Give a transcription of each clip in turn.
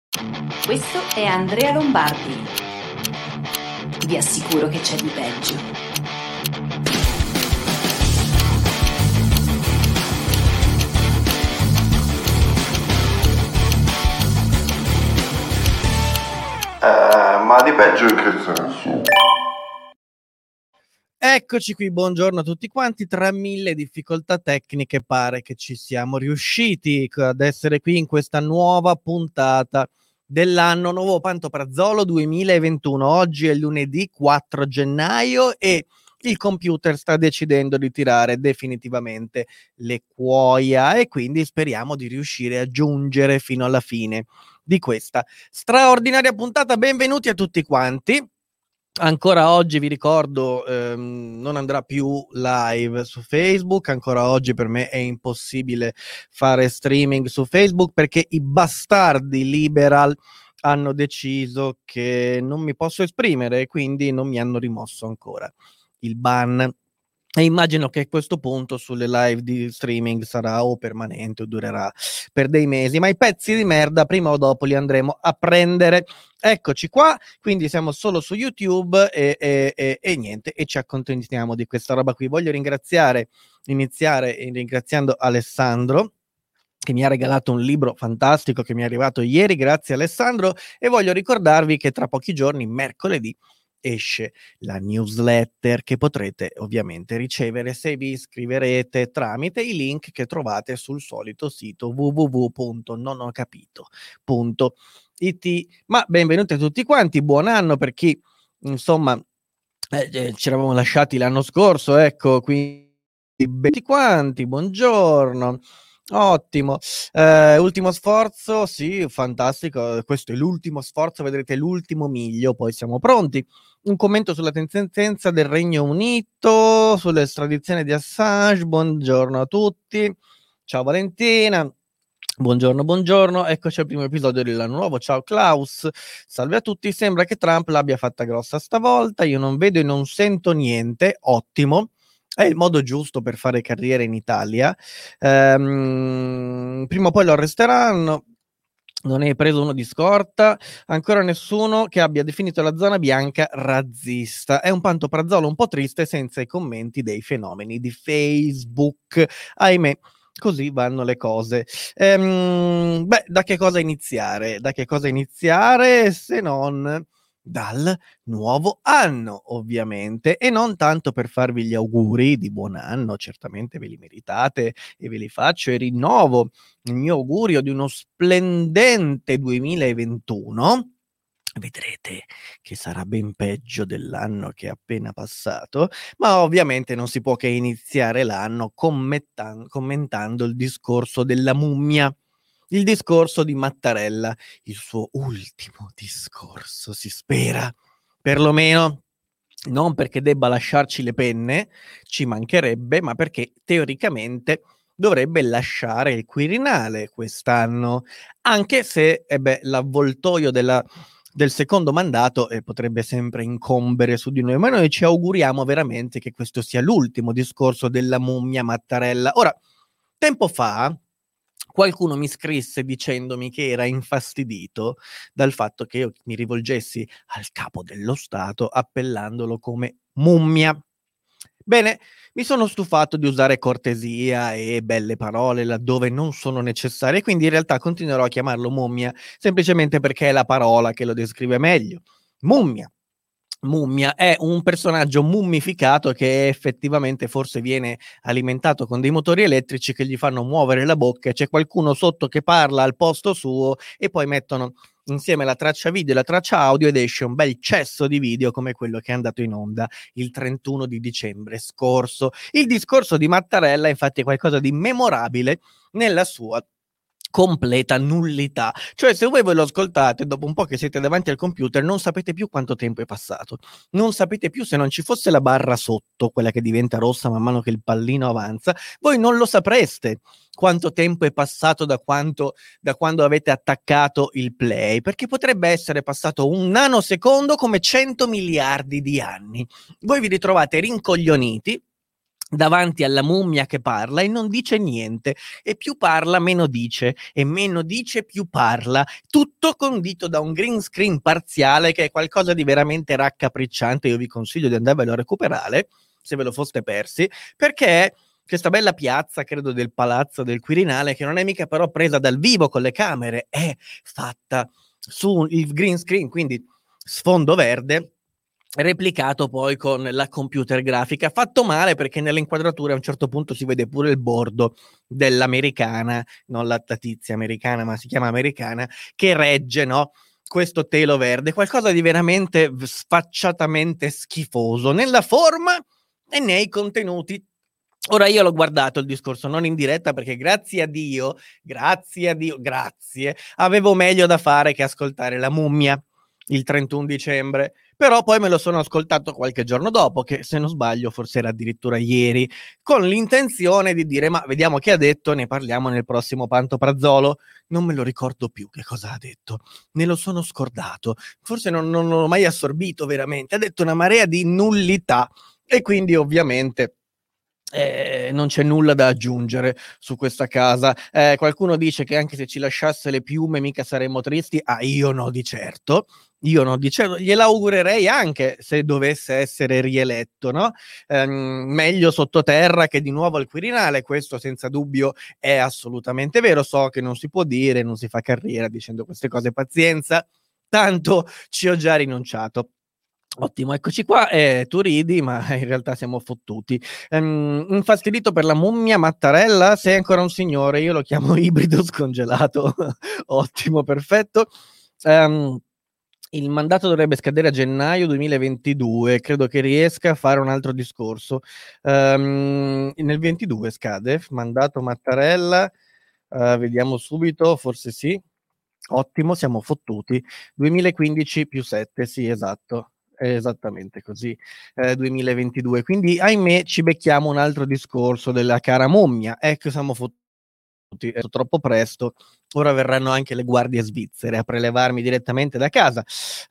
Questo è Andrea Lombardi. Vi assicuro che c'è di peggio. Ma di peggio in che senso? Eccoci qui, buongiorno a tutti quanti. Tra mille difficoltà tecniche pare che ci siamo riusciti ad essere qui in questa nuova puntata dell'anno nuovo Pantoprazolo 2021. Oggi è lunedì 4 gennaio e il computer sta decidendo di tirare definitivamente le cuoia e quindi speriamo di riuscire a giungere fino alla fine di questa straordinaria puntata. Benvenuti a tutti quanti. Ancora oggi vi ricordo, non andrà più live su Facebook. Ancora oggi per me è impossibile fare streaming su Facebook perché i bastardi liberal hanno deciso che non mi posso esprimere e quindi non mi hanno rimosso ancora il ban. E immagino che a questo punto sulle live di streaming sarà o permanente o durerà per dei mesi, ma i pezzi di merda prima o dopo li andremo a prendere. Eccoci qua, quindi siamo solo su YouTube e niente, e ci accontentiamo di questa roba qui. Voglio iniziare ringraziando Alessandro, che mi ha regalato un libro fantastico che mi è arrivato ieri, grazie Alessandro, e voglio ricordarvi che tra pochi giorni, mercoledì, esce la newsletter che potrete ovviamente ricevere se vi iscriverete tramite i link che trovate sul solito sito www.nonhocapito.it. Ma benvenuti a tutti quanti, buon anno per chi insomma ci eravamo lasciati l'anno scorso, ecco, quindi tutti quanti, buongiorno. Ottimo, ultimo sforzo, sì, fantastico, questo è l'ultimo sforzo, vedrete l'ultimo miglio, poi siamo pronti. Un commento sulla sentenza del Regno Unito, sull'estradizione di Assange, buongiorno a tutti, ciao Valentina. Buongiorno, eccoci al primo episodio dell'anno nuovo. Ciao Klaus, salve a tutti. Sembra che Trump l'abbia fatta grossa stavolta. Io non vedo e non sento niente. Ottimo. È il modo giusto per fare carriera in Italia. Prima o poi lo arresteranno. Non è preso uno di scorta. Ancora nessuno che abbia definito la zona bianca razzista. È un Pantoprazolo un po' triste senza i commenti dei fenomeni di Facebook. Ahimè. Così vanno le cose. Da che cosa iniziare? Se non dal nuovo anno, ovviamente, e non tanto per farvi gli auguri di buon anno, certamente ve li meritate e ve li faccio e rinnovo il mio augurio di uno splendente 2021. Vedrete che sarà ben peggio dell'anno che è appena passato, ma ovviamente non si può che iniziare l'anno commentando il discorso della mummia, il discorso di Mattarella, il suo ultimo discorso, si spera, perlomeno. Non perché debba lasciarci le penne, ci mancherebbe, ma perché teoricamente dovrebbe lasciare il Quirinale quest'anno, anche se l'avvoltoio del secondo mandato potrebbe sempre incombere su di noi, ma noi ci auguriamo veramente che questo sia l'ultimo discorso della mummia Mattarella. Ora, tempo fa qualcuno mi scrisse dicendomi che era infastidito dal fatto che io mi rivolgessi al capo dello Stato appellandolo come mummia. Bene, mi sono stufato di usare cortesia e belle parole laddove non sono necessarie, quindi in realtà continuerò a chiamarlo mummia, semplicemente perché è la parola che lo descrive meglio. Mummia. Mummia è un personaggio mummificato che effettivamente forse viene alimentato con dei motori elettrici che gli fanno muovere la bocca, c'è qualcuno sotto che parla al posto suo e poi mettono insieme la traccia video e la traccia audio ed esce un bel cesso di video come quello che è andato in onda il 31 di dicembre scorso. Il discorso di Mattarella infatti è qualcosa di memorabile nella sua completa nullità, cioè se voi ve lo ascoltate dopo un po' che siete davanti al computer non sapete più quanto tempo è passato, non sapete più, se non ci fosse la barra sotto, quella che diventa rossa man mano che il pallino avanza, voi non lo sapreste quanto tempo è passato da quando avete attaccato il play, perché potrebbe essere passato un nanosecondo come 100 miliardi di anni. Voi vi ritrovate rincoglioniti davanti alla mummia che parla e non dice niente, e più parla meno dice, e meno dice più parla, tutto condito da un green screen parziale che è qualcosa di veramente raccapricciante. Io vi consiglio di andarvelo a recuperare se ve lo foste persi, perché è questa bella piazza, credo del Palazzo del Quirinale, che non è mica però presa dal vivo con le camere, è fatta su il green screen, quindi sfondo verde, replicato poi con la computer grafica, fatto male perché nelle inquadrature a un certo punto si vede pure il bordo dell'americana, non la tizia americana, ma si chiama americana, che regge, no, questo telo verde, qualcosa di veramente sfacciatamente schifoso nella forma e nei contenuti. Ora io l'ho guardato il discorso non in diretta perché grazie a Dio, avevo meglio da fare che ascoltare La Mummia il 31 dicembre, però poi me lo sono ascoltato qualche giorno dopo, che se non sbaglio forse era addirittura ieri, con l'intenzione di dire ma vediamo che ha detto, ne parliamo nel prossimo Pantoprazzolo. Non me lo ricordo più che cosa ha detto, me lo sono scordato, forse non l'ho mai assorbito veramente, ha detto una marea di nullità e quindi ovviamente non c'è nulla da aggiungere su questa casa. Qualcuno dice che anche se ci lasciasse le piume mica saremmo tristi. Io no di certo. Io no di certo. Gliela augurerei anche se dovesse essere rieletto, no? Meglio sottoterra che di nuovo al Quirinale, questo senza dubbio è assolutamente vero. So che non si può dire, non si fa carriera dicendo queste cose, pazienza, tanto ci ho già rinunciato. Ottimo, eccoci qua, tu ridi, ma in realtà siamo fottuti. Infastidito per La Mummia, Mattarella, sei ancora un signore, io lo chiamo ibrido scongelato. Ottimo, perfetto. Il mandato dovrebbe scadere a gennaio 2022, credo che riesca a fare un altro discorso. Nel 22 scade, mandato Mattarella, vediamo subito, forse sì. Ottimo, siamo fottuti. 2015 più 7, sì, esatto. È esattamente così, 2022. Quindi, ahimè, ci becchiamo un altro discorso della cara mummia. Ecco, siamo fottuti, è troppo presto. Ora verranno anche le guardie svizzere a prelevarmi direttamente da casa.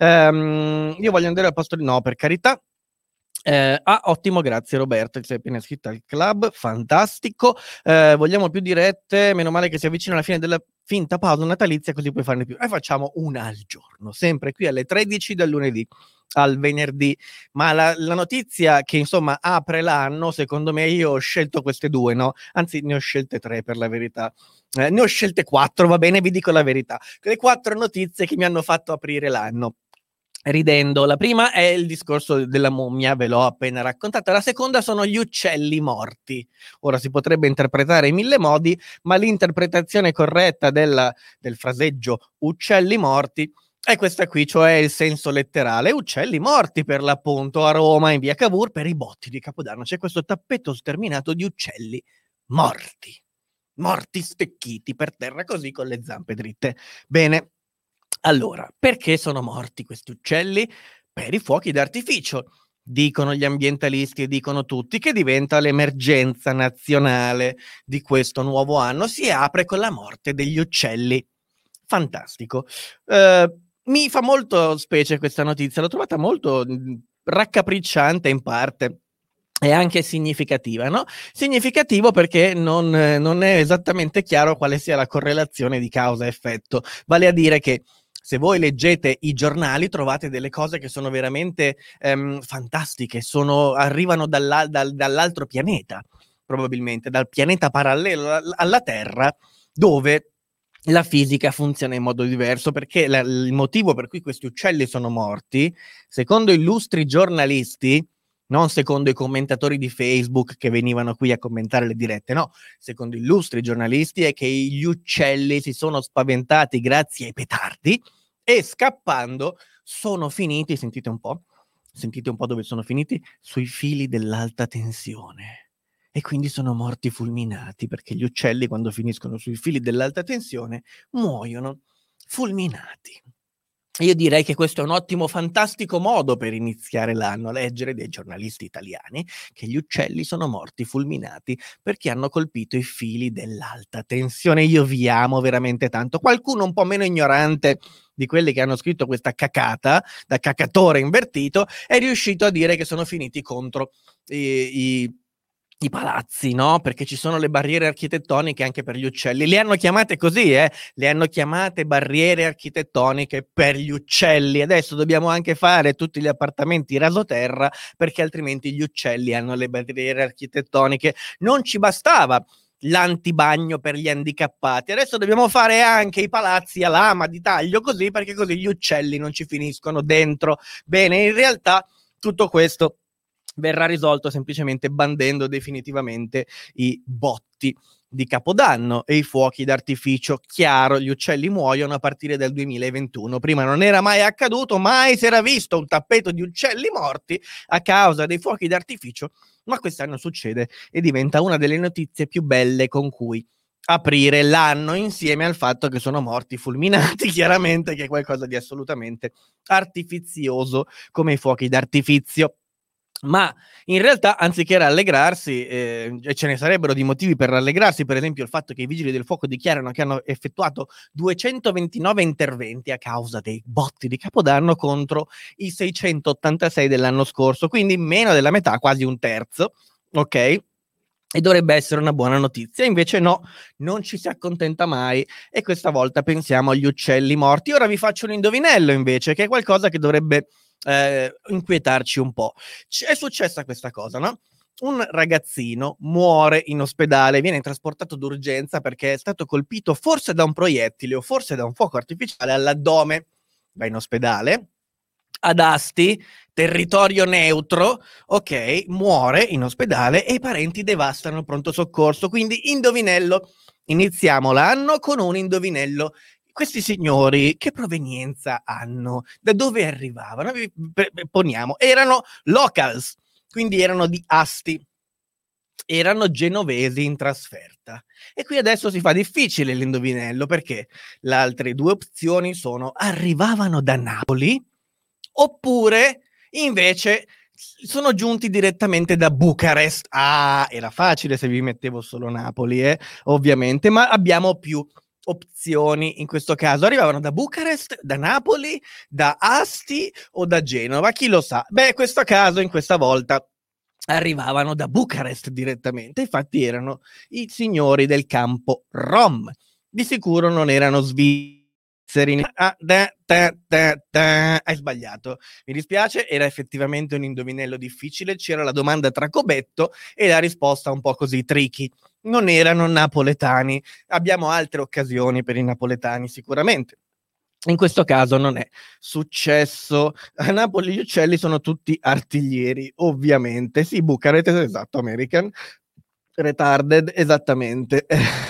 Io voglio andare al posto di no, per carità. Ottimo, grazie Roberto, ti sei appena iscritto al club, fantastico. Vogliamo più dirette, meno male che si avvicina alla fine della finta pausa natalizia, così puoi farne più. E facciamo una al giorno, sempre qui alle 13 del lunedì al venerdì. Ma la notizia che insomma apre l'anno, secondo me, io ho scelto queste due, no? Anzi, ne ho scelte tre per la verità. Ne ho scelte quattro, va bene, vi dico la verità. Le quattro notizie che mi hanno fatto aprire l'anno. Ridendo, la prima è il discorso della mummia, ve l'ho appena raccontata, la seconda sono gli uccelli morti. Ora si potrebbe interpretare in mille modi, ma l'interpretazione corretta del fraseggio uccelli morti è questa qui, cioè il senso letterale. Uccelli morti per l'appunto a Roma in via Cavour per i botti di Capodanno. C'è questo tappeto sterminato di uccelli morti stecchiti per terra così con le zampe dritte. Bene. Allora, perché sono morti questi uccelli? Per i fuochi d'artificio. Dicono gli ambientalisti e dicono tutti che diventa l'emergenza nazionale di questo nuovo anno. Si apre con la morte degli uccelli. Fantastico. Mi fa molto specie questa notizia, l'ho trovata molto raccapricciante in parte. È anche significativa, no? Significativo perché non è esattamente chiaro quale sia la correlazione di causa-effetto. Vale a dire che se voi leggete i giornali trovate delle cose che sono veramente fantastiche, arrivano dall'altro pianeta, probabilmente, dal pianeta parallelo alla Terra, dove la fisica funziona in modo diverso, perché il motivo per cui questi uccelli sono morti, secondo illustri giornalisti, non secondo i commentatori di Facebook che venivano qui a commentare le dirette, no, secondo illustri giornalisti è che gli uccelli si sono spaventati grazie ai petardi e scappando sono finiti, sentite un po' dove sono finiti, sui fili dell'alta tensione. E quindi sono morti fulminati, perché gli uccelli quando finiscono sui fili dell'alta tensione muoiono fulminati. Io direi che questo è un ottimo, fantastico modo per iniziare l'anno, leggere dei giornalisti italiani che gli uccelli sono morti fulminati perché hanno colpito i fili dell'alta tensione. Io vi amo veramente tanto. Qualcuno un po' meno ignorante di quelli che hanno scritto questa cacata, da cacatore invertito, è riuscito a dire che sono finiti contro i i palazzi, no? Perché ci sono le barriere architettoniche anche per gli uccelli. Le hanno chiamate così, le hanno chiamate barriere architettoniche per gli uccelli. Adesso dobbiamo anche fare tutti gli appartamenti rasoterra, perché altrimenti gli uccelli hanno le barriere architettoniche. Non ci bastava l'antibagno per gli handicappati, adesso dobbiamo fare anche i palazzi a lama di taglio, così, perché così gli uccelli non ci finiscono dentro. Bene, in realtà tutto questo verrà risolto semplicemente bandendo definitivamente i botti di Capodanno e i fuochi d'artificio. Chiaro, gli uccelli muoiono a partire dal 2021. Prima non era mai accaduto, mai si era visto un tappeto di uccelli morti a causa dei fuochi d'artificio, ma quest'anno succede e diventa una delle notizie più belle con cui aprire l'anno, insieme al fatto che sono morti fulminati, chiaramente, che è qualcosa di assolutamente artifizioso come i fuochi d'artificio. Ma in realtà, anziché rallegrarsi, e ce ne sarebbero di motivi per rallegrarsi, per esempio il fatto che i vigili del fuoco dichiarano che hanno effettuato 229 interventi a causa dei botti di Capodanno contro i 686 dell'anno scorso, quindi meno della metà, quasi un terzo, ok? E dovrebbe essere una buona notizia, invece no, non ci si accontenta mai e questa volta pensiamo agli uccelli morti. Ora vi faccio un indovinello invece, che è qualcosa che dovrebbe inquietarci un po'. È successa questa cosa, no? Un ragazzino muore in ospedale, viene trasportato d'urgenza perché è stato colpito forse da un proiettile o forse da un fuoco artificiale all'addome. Va in ospedale, ad Asti, territorio neutro, ok, muore in ospedale e i parenti devastano il pronto soccorso. Quindi indovinello, iniziamo l'anno con un indovinello. Questi signori che provenienza hanno? Da dove arrivavano? Poniamo, erano locals, quindi erano di Asti, erano genovesi in trasferta. E qui adesso si fa difficile l'indovinello, perché le altre due opzioni sono: arrivavano da Napoli, oppure invece sono giunti direttamente da Bucarest. Ah, era facile se vi mettevo solo Napoli, ovviamente, ma abbiamo più opzioni in questo caso. Arrivavano da Bucarest, da Napoli, da Asti o da Genova, chi lo sa. Beh, in questo caso, in questa volta, arrivavano da Bucarest direttamente, infatti erano i signori del campo Rom. Di sicuro non erano svizzeri. Hai sbagliato, mi dispiace, era effettivamente un indovinello difficile, c'era la domanda tracobetto e la risposta un po' così tricky. Non erano napoletani, abbiamo altre occasioni per i napoletani sicuramente. In questo caso non è successo. A Napoli gli uccelli sono tutti artiglieri, ovviamente. Sì, Bucarest, esatto, American retarded, esattamente.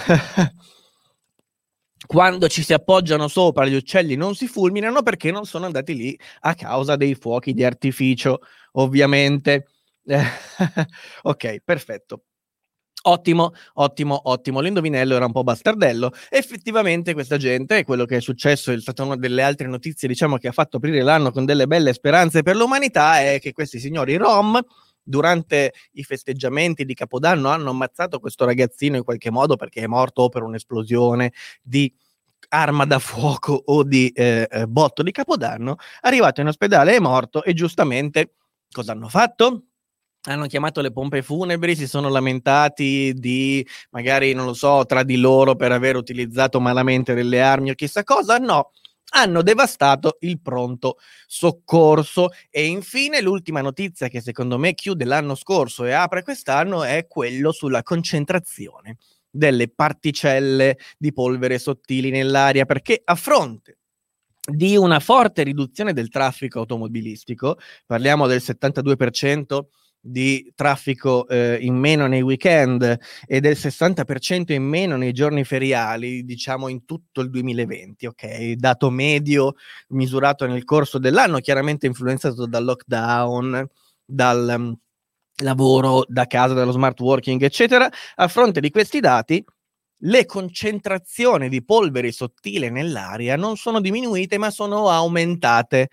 Quando ci si appoggiano sopra, gli uccelli non si fulminano perché non sono andati lì a causa dei fuochi di artificio, ovviamente. Ok, perfetto. Ottimo, ottimo, ottimo. L'indovinello era un po' bastardello. Effettivamente questa gente, quello che è successo, è stata una delle altre notizie, diciamo, che ha fatto aprire l'anno con delle belle speranze per l'umanità, è che questi signori Rom, durante i festeggiamenti di Capodanno, hanno ammazzato questo ragazzino in qualche modo perché è morto o per un'esplosione di arma da fuoco o di botto di Capodanno. Arrivato in ospedale è morto e giustamente cosa hanno fatto? Hanno chiamato le pompe funebri, si sono lamentati di, magari, non lo so, tra di loro per aver utilizzato malamente delle armi o chissà cosa. No, hanno devastato il pronto soccorso. E infine l'ultima notizia, che secondo me chiude l'anno scorso e apre quest'anno, è quello sulla concentrazione delle particelle di polvere sottili nell'aria, perché a fronte di una forte riduzione del traffico automobilistico, parliamo del 72% di traffico in meno nei weekend e del 60% in meno nei giorni feriali, diciamo in tutto il 2020, ok? Dato medio misurato nel corso dell'anno, chiaramente influenzato dal lockdown, dal lavoro da casa, dallo smart working, eccetera. A fronte di questi dati, le concentrazioni di polvere sottile nell'aria non sono diminuite, ma sono aumentate,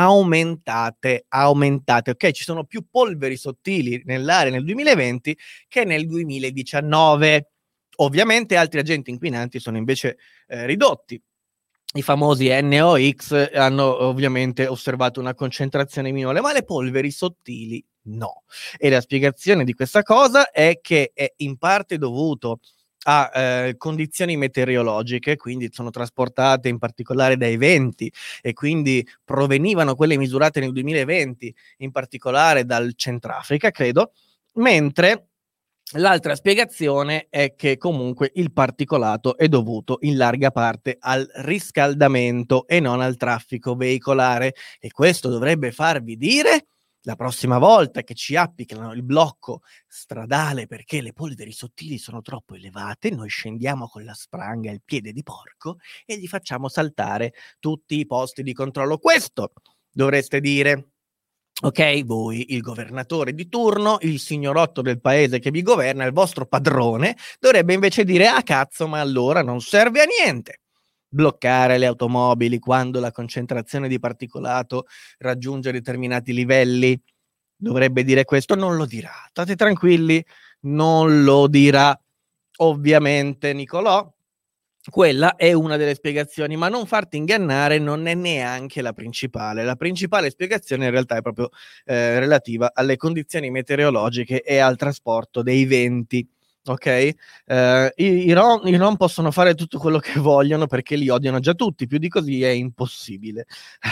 ok? Ci sono più polveri sottili nell'aria nel 2020 che nel 2019. Ovviamente altri agenti inquinanti sono invece ridotti. I famosi NOx hanno ovviamente osservato una concentrazione minore, ma le polveri sottili No. E la spiegazione di questa cosa è che è in parte dovuto a condizioni meteorologiche, quindi sono trasportate in particolare dai venti e quindi provenivano quelle misurate nel 2020 in particolare dal Centrafrica, credo, mentre l'altra spiegazione è che comunque il particolato è dovuto in larga parte al riscaldamento e non al traffico veicolare, e questo dovrebbe farvi dire la prossima volta che ci applicano il blocco stradale perché le polveri sottili sono troppo elevate, noi scendiamo con la spranga e il piede di porco e gli facciamo saltare tutti i posti di controllo. Questo dovreste dire. Ok, voi, il governatore di turno, il signorotto del paese che vi governa, il vostro padrone, dovrebbe invece dire: ah cazzo, ma allora non serve a niente bloccare le automobili quando la concentrazione di particolato raggiunge determinati livelli. Dovrebbe dire questo, non lo dirà. State tranquilli, non lo dirà. Ovviamente, Nicolò, quella è una delle spiegazioni, ma non farti ingannare, non è neanche la principale. La principale spiegazione in realtà è proprio relativa alle condizioni meteorologiche e al trasporto dei venti. Ok? I Rom possono fare tutto quello che vogliono perché li odiano già tutti, più di così è impossibile.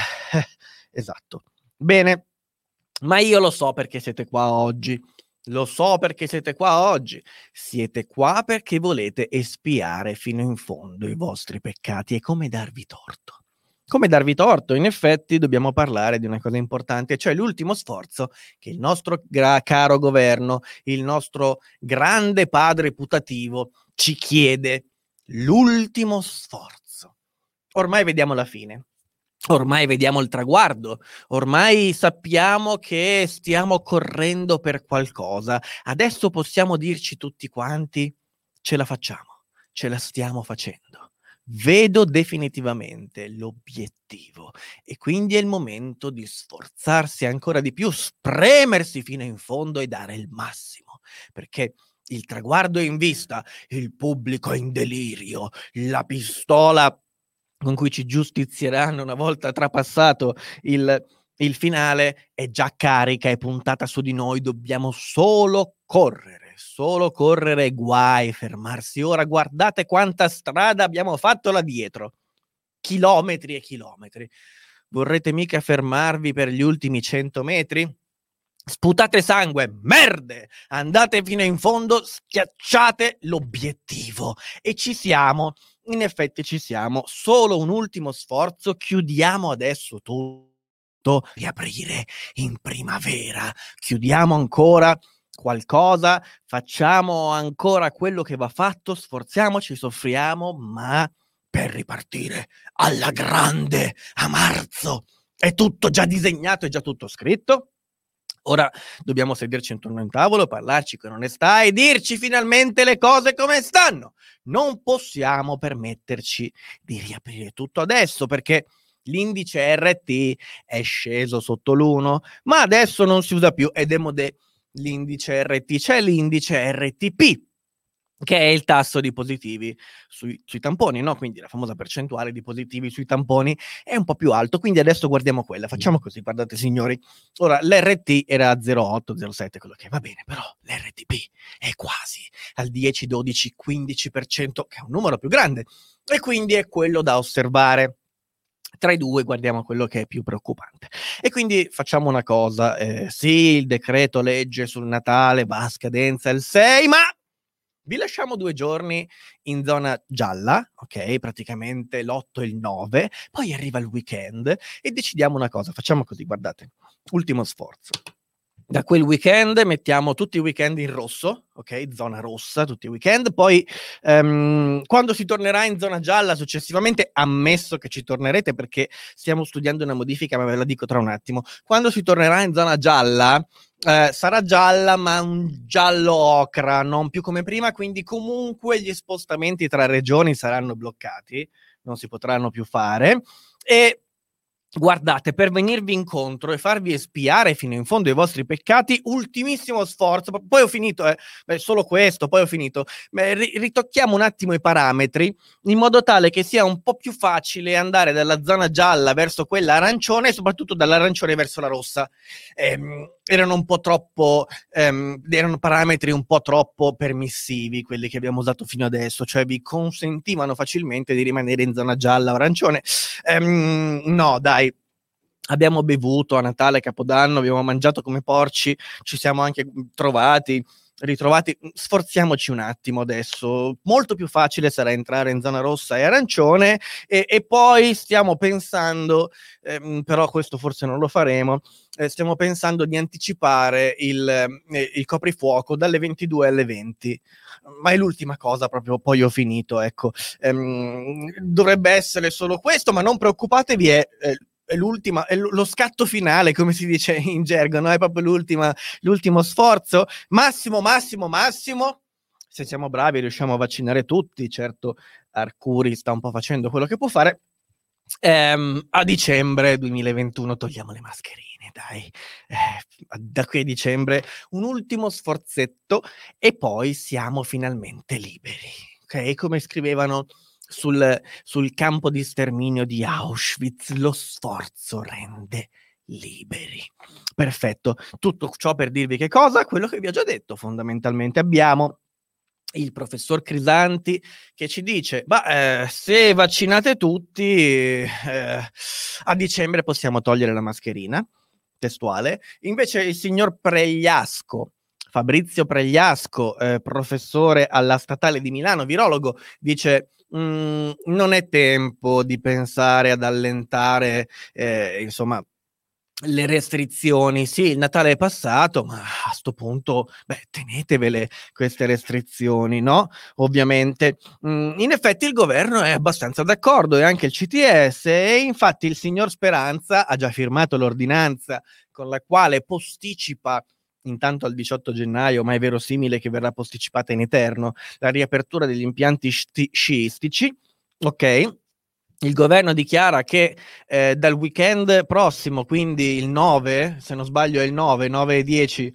Esatto. Bene, ma io lo so perché siete qua oggi. Lo so perché siete qua oggi. Siete qua perché volete espiare fino in fondo i vostri peccati. E come darvi torto? Come darvi torto? In effetti dobbiamo parlare di una cosa importante, cioè l'ultimo sforzo che il nostro caro governo, il nostro grande padre putativo ci chiede. L'ultimo sforzo. Ormai vediamo la fine. Ormai vediamo il traguardo, ormai sappiamo che stiamo correndo per qualcosa. Adesso possiamo dirci tutti quanti: ce la facciamo, ce la stiamo facendo. Vedo definitivamente l'obiettivo e quindi è il momento di sforzarsi ancora di più, spremersi fino in fondo e dare il massimo, perché il traguardo è in vista, il pubblico è in delirio, la pistola con cui ci giustizieranno una volta trapassato il finale è già carica, è puntata su di noi, dobbiamo solo correre, guai fermarsi ora. Guardate quanta strada abbiamo fatto là dietro, chilometri e chilometri. Vorrete mica fermarvi per gli ultimi 100 metri? Sputate sangue, merde! Andate fino in fondo, schiacciate l'obiettivo. E ci siamo. In effetti ci siamo. Solo un ultimo sforzo. Chiudiamo adesso tutto. Riaprire in primavera. Chiudiamo ancora qualcosa. Facciamo ancora quello che va fatto. Sforziamoci, soffriamo, ma per ripartire alla grande a marzo. È tutto già disegnato, è già tutto scritto. Ora dobbiamo sederci intorno a un tavolo, parlarci con onestà e dirci finalmente le cose come stanno. Non possiamo permetterci di riaprire tutto adesso perché l'indice RT è sceso sotto l'1, ma adesso non si usa più ed è l'indice RT. C'è l'indice RTP, che è il tasso di positivi sui tamponi, no? Quindi la famosa percentuale di positivi sui tamponi è un po' più alto, quindi adesso guardiamo quella. Facciamo così, guardate signori. Ora, l'RT era 0,8, 0,7, quello che va bene, però l'RTP è quasi al 10, 12, 15%, che è un numero più grande, e quindi è quello da osservare. Tra i due guardiamo quello che è più preoccupante. E quindi facciamo una cosa, sì, il decreto legge sul Natale va a scadenza il 6, ma vi lasciamo 2 giorni in zona gialla, ok? Praticamente l'8 e il 9, poi arriva il weekend e decidiamo una cosa, facciamo così, guardate, ultimo sforzo. Da quel weekend mettiamo tutti i weekend in rosso, ok? Zona rossa, tutti i weekend. Poi quando si tornerà in zona gialla successivamente, ammesso che ci tornerete perché stiamo studiando una modifica, ma ve la dico tra un attimo. Quando si tornerà in zona gialla, sarà gialla ma un giallo ocra, non più come prima, quindi comunque gli spostamenti tra regioni saranno bloccati, non si potranno più fare. E guardate, per venirvi incontro e farvi espiare fino in fondo i vostri peccati, ultimissimo sforzo, poi ho finito, solo questo, poi ho finito. Ritocchiamo un attimo i parametri in modo tale che sia un po' più facile andare dalla zona gialla verso quella arancione e soprattutto dall'arancione verso la rossa. erano un po' troppo, erano parametri un po' troppo permissivi quelli che abbiamo usato fino adesso, cioè vi consentivano facilmente di rimanere in zona gialla o arancione. No, dai. Abbiamo bevuto a Natale, Capodanno, abbiamo mangiato come porci, ci siamo anche ritrovati. Sforziamoci un attimo adesso. Molto più facile sarà entrare in zona rossa e arancione e poi stiamo pensando, però questo forse non lo faremo, stiamo pensando di anticipare il coprifuoco dalle 22 alle 20. Ma è l'ultima cosa, proprio poi ho finito, ecco. Dovrebbe essere solo questo, ma non preoccupatevi, è l'ultima, è lo scatto finale, come si dice in gergo, no? È proprio l'ultimo sforzo. Massimo, se siamo bravi riusciamo a vaccinare tutti, certo Arcuri sta un po' facendo quello che può fare. A dicembre 2021 togliamo le mascherine, dai. Da qui a dicembre un ultimo sforzetto e poi siamo finalmente liberi. Ok, come scrivevano sul campo di sterminio di Auschwitz, lo sforzo rende liberi. Perfetto. Tutto ciò per dirvi che cosa? Quello che vi ho già detto, fondamentalmente. Abbiamo il professor Crisanti che ci dice: se vaccinate tutti, a dicembre possiamo togliere la mascherina, testuale. Invece il signor Pregliasco, Fabrizio Pregliasco, professore alla Statale di Milano, virologo, dice: non è tempo di pensare ad allentare, insomma, le restrizioni. Sì, il Natale è passato, ma a sto punto, tenetevele queste restrizioni, no? Ovviamente. In effetti il governo è abbastanza d'accordo, e anche il CTS, e infatti il signor Speranza ha già firmato l'ordinanza con la quale posticipa, intanto al 18 gennaio, ma è verosimile che verrà posticipata in eterno, la riapertura degli impianti sciistici, ok? Il governo dichiara che dal weekend prossimo, quindi il 9, se non sbaglio è il 9 e 10,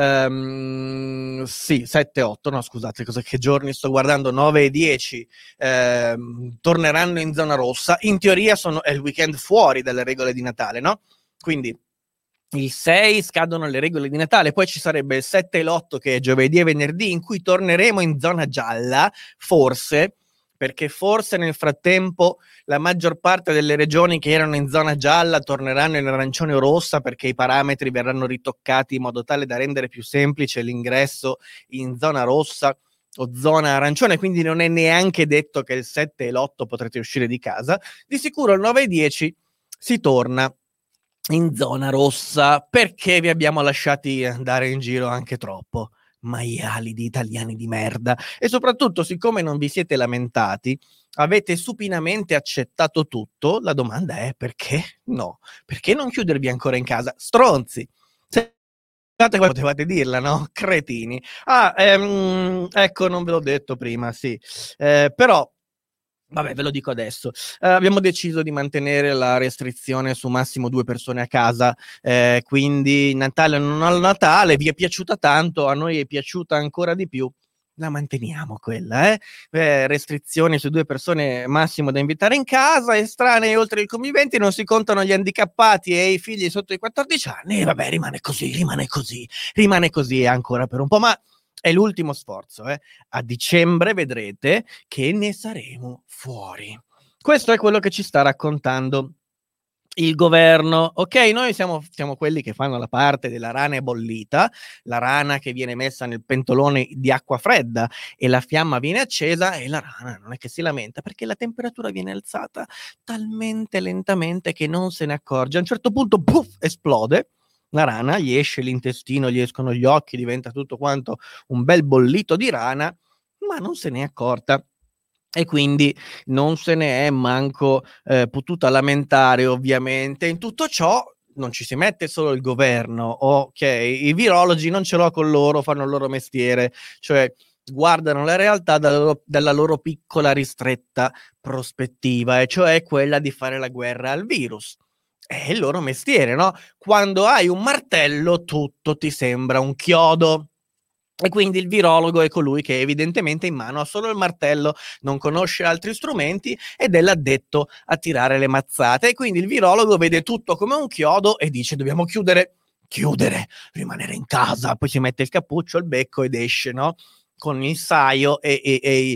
sì, 7 e 8, no scusate, che giorni sto guardando, 9 e 10, torneranno in zona rossa. In teoria è il weekend fuori dalle regole di Natale, no? Quindi il 6 scadono le regole di Natale, poi ci sarebbe il 7 e l'8 che è giovedì e venerdì, in cui torneremo in zona gialla, forse, perché forse nel frattempo la maggior parte delle regioni che erano in zona gialla torneranno in arancione o rossa, perché i parametri verranno ritoccati in modo tale da rendere più semplice l'ingresso in zona rossa o zona arancione, quindi non è neanche detto che il 7 e l'8 potrete uscire di casa. Di sicuro il 9 e 10 si torna in zona rossa, perché vi abbiamo lasciati andare in giro anche troppo, maiali di italiani di merda. E soprattutto, siccome non vi siete lamentati, avete supinamente accettato tutto, la domanda è: perché no? Perché non chiudervi ancora in casa? Stronzi! Potevate dirla, no? Cretini. Ecco, non ve l'ho detto prima, sì. Però vabbè, ve lo dico adesso. Abbiamo deciso di mantenere la restrizione su massimo 2 persone a casa, quindi Natale non al Natale, vi è piaciuta tanto, a noi è piaciuta ancora di più, la manteniamo quella, restrizioni su 2 persone massimo da invitare in casa, estranei oltre i conviventi, non si contano gli handicappati e i figli sotto i 14 anni, e vabbè, rimane così ancora per un po', ma è l'ultimo sforzo, a dicembre vedrete che ne saremo fuori. Questo è quello che ci sta raccontando il governo. Ok, noi siamo quelli che fanno la parte della rana bollita, la rana che viene messa nel pentolone di acqua fredda e la fiamma viene accesa, e la rana non è che si lamenta perché la temperatura viene alzata talmente lentamente che non se ne accorge. A un certo punto, puff, esplode. La rana, gli esce l'intestino, gli escono gli occhi, diventa tutto quanto un bel bollito di rana, ma non se n'è accorta. E quindi non se ne è manco potuta lamentare, ovviamente. In tutto ciò non ci si mette solo il governo, ok? I virologi non ce l'ho con loro, fanno il loro mestiere, cioè guardano la realtà dalla loro piccola ristretta prospettiva, e cioè quella di fare la guerra al virus. È il loro mestiere, no? Quando hai un martello tutto ti sembra un chiodo. E quindi il virologo è colui che evidentemente in mano ha solo il martello, non conosce altri strumenti ed è l'addetto a tirare le mazzate. E quindi il virologo vede tutto come un chiodo e dice: dobbiamo chiudere chiudere, rimanere in casa, poi si mette il cappuccio, il becco ed esce, no? Con il saio e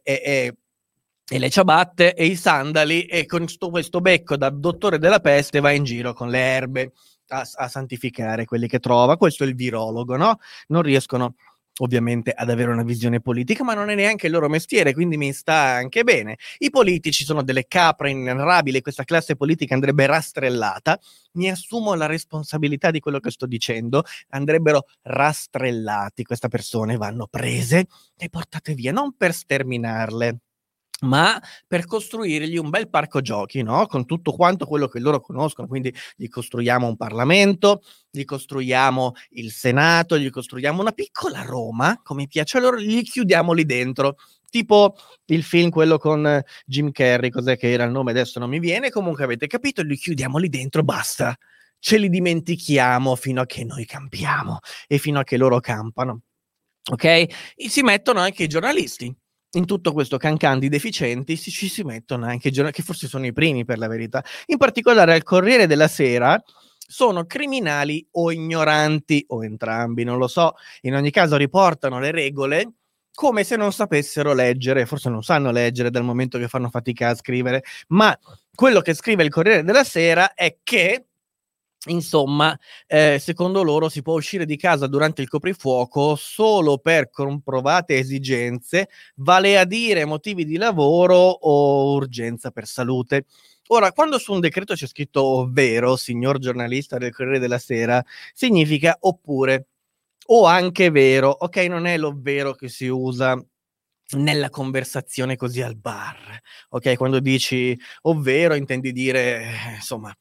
le ciabatte e i sandali, e con questo becco da dottore della peste va in giro con le erbe a santificare quelli che trova. Questo è il virologo, no? Non riescono ovviamente ad avere una visione politica, ma non è neanche il loro mestiere, quindi mi sta anche bene. I politici sono delle capre inenarrabili, questa classe politica andrebbe rastrellata. Mi assumo la responsabilità di quello che sto dicendo, andrebbero rastrellati, queste persone vanno prese e portate via, non per sterminarle, ma per costruirgli un bel parco giochi, no? Con tutto quanto quello che loro conoscono. Quindi gli costruiamo un Parlamento, gli costruiamo il Senato, gli costruiamo una piccola Roma, come piace a loro, gli chiudiamo lì dentro. Tipo il film, quello con Jim Carrey, cos'è che era il nome? Adesso non mi viene, comunque avete capito, li chiudiamo lì dentro, basta. Ce li dimentichiamo fino a che noi campiamo e fino a che loro campano. Ok? E si mettono anche i giornalisti. In tutto questo cancan di deficienti ci si mettono anche i giornalisti, che forse sono i primi per la verità. In particolare al Corriere della Sera sono criminali o ignoranti, o entrambi, non lo so. In ogni caso riportano le regole come se non sapessero leggere. Forse non sanno leggere dal momento che fanno fatica a scrivere. Ma quello che scrive il Corriere della Sera è che, insomma, secondo loro si può uscire di casa durante il coprifuoco solo per comprovate esigenze, vale a dire motivi di lavoro o urgenza per salute. Ora, quando su un decreto c'è scritto ovvero, signor giornalista del Corriere della Sera, significa oppure o anche vero, ok? Non è l'ovvero che si usa nella conversazione così al bar, ok? Quando dici ovvero intendi dire, insomma,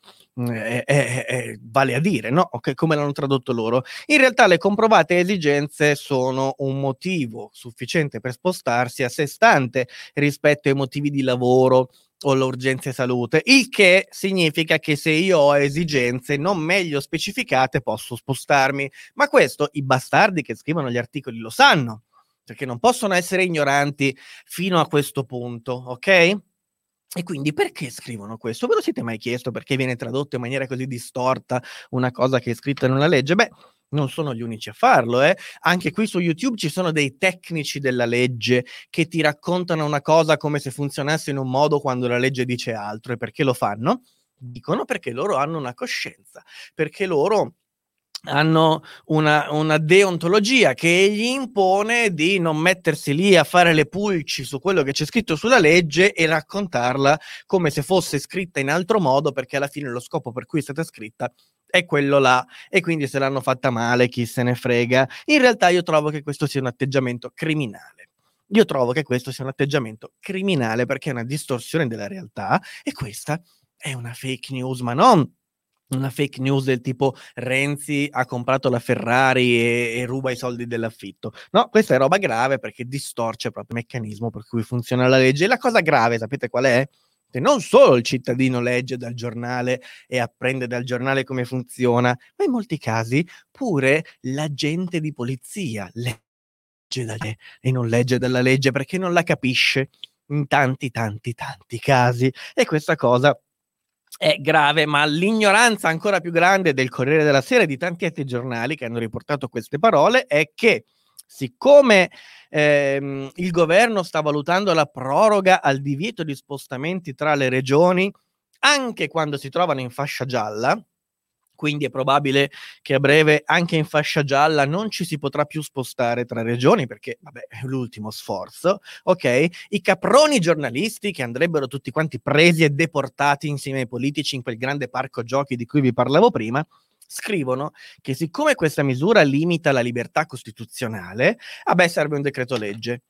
vale a dire, no? Ok, come l'hanno tradotto loro. In realtà le comprovate esigenze sono un motivo sufficiente per spostarsi a sé stante rispetto ai motivi di lavoro o l'urgenza salute, il che significa che se io ho esigenze non meglio specificate posso spostarmi. Ma questo i bastardi che scrivono gli articoli lo sanno, perché non possono essere ignoranti fino a questo punto, ok? E quindi perché scrivono questo? Ve lo siete mai chiesto perché viene tradotto in maniera così distorta una cosa che è scritta in una legge? Beh, non sono gli unici a farlo, eh? Anche qui su YouTube ci sono dei tecnici della legge che ti raccontano una cosa come se funzionasse in un modo quando la legge dice altro. E perché lo fanno? Dicono perché loro hanno una coscienza, perché loro hanno una deontologia che gli impone di non mettersi lì a fare le pulci su quello che c'è scritto sulla legge e raccontarla come se fosse scritta in altro modo, perché alla fine lo scopo per cui è stata scritta è quello là, e quindi se l'hanno fatta male chi se ne frega. In realtà io trovo che questo sia un atteggiamento criminale. Io trovo che questo sia un atteggiamento criminale perché è una distorsione della realtà, e questa è una fake news, ma non una fake news del tipo Renzi ha comprato la Ferrari e ruba i soldi dell'affitto. No, questa è roba grave perché distorce proprio il meccanismo per cui funziona la legge. E la cosa grave, sapete qual è? Che non solo il cittadino legge dal giornale e apprende dal giornale come funziona, ma in molti casi pure l'agente di polizia legge e non legge dalla legge perché non la capisce in tanti casi. E questa cosa è grave, ma l'ignoranza ancora più grande del Corriere della Sera e di tanti altri giornali che hanno riportato queste parole è che, siccome il governo sta valutando la proroga al divieto di spostamenti tra le regioni anche quando si trovano in fascia gialla, quindi è probabile che a breve anche in fascia gialla non ci si potrà più spostare tra regioni perché, vabbè, è l'ultimo sforzo, ok? I caproni giornalisti che andrebbero tutti quanti presi e deportati insieme ai politici in quel grande parco giochi di cui vi parlavo prima, scrivono che siccome questa misura limita la libertà costituzionale, serve un decreto legge.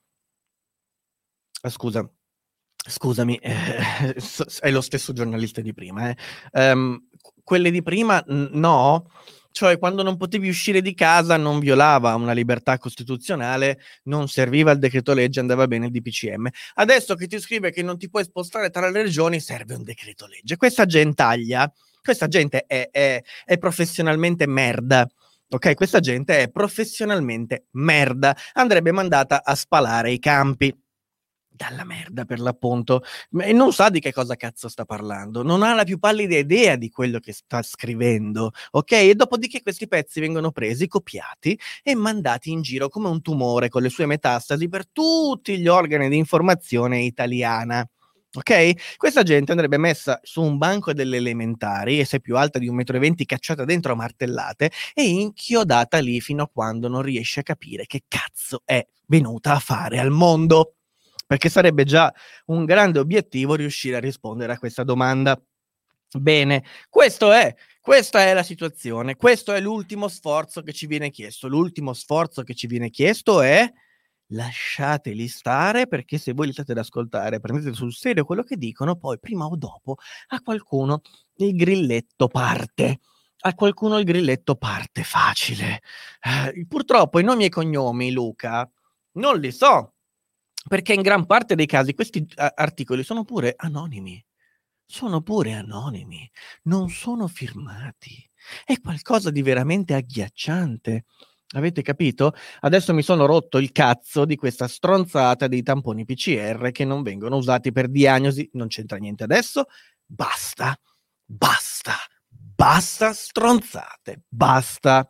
Scusami, è lo stesso giornalista di prima, quelle di prima no, cioè quando non potevi uscire di casa non violava una libertà costituzionale, non serviva il decreto legge, andava bene il DPCM. Adesso che ti scrive che non ti puoi spostare tra le regioni serve un decreto legge. Questa gentaglia, questa gente è professionalmente merda. Ok, questa gente è professionalmente merda, andrebbe mandata a spalare i campi. dalla merda per l'appunto, e non sa di che cosa cazzo sta parlando, non ha la più pallida idea di quello che sta scrivendo, ok? E dopodiché questi pezzi vengono presi, copiati e mandati in giro come un tumore con le sue metastasi per tutti gli organi di informazione italiana. Ok? Questa gente andrebbe messa su un banco delle elementari, e se è più alta di 1,20 m, cacciata dentro a martellate e inchiodata lì fino a quando non riesce a capire che cazzo è venuta a fare al mondo. Perché sarebbe già un grande obiettivo riuscire a rispondere a questa domanda. Bene, questa è la situazione, questo è l'ultimo sforzo che ci viene chiesto. L'ultimo sforzo che ci viene chiesto è: lasciateli stare, perché se voi li state ad ascoltare, prendete sul serio quello che dicono, poi prima o dopo a qualcuno il grilletto parte. A qualcuno il grilletto parte facile. Purtroppo i nomi e cognomi, Luca, non li so, perché in gran parte dei casi questi articoli sono pure anonimi. Sono pure anonimi, non sono firmati. È qualcosa di veramente agghiacciante. Avete capito? Adesso mi sono rotto il cazzo di questa stronzata dei tamponi PCR che non vengono usati per diagnosi. Non c'entra niente adesso. Basta, basta, basta stronzate, basta.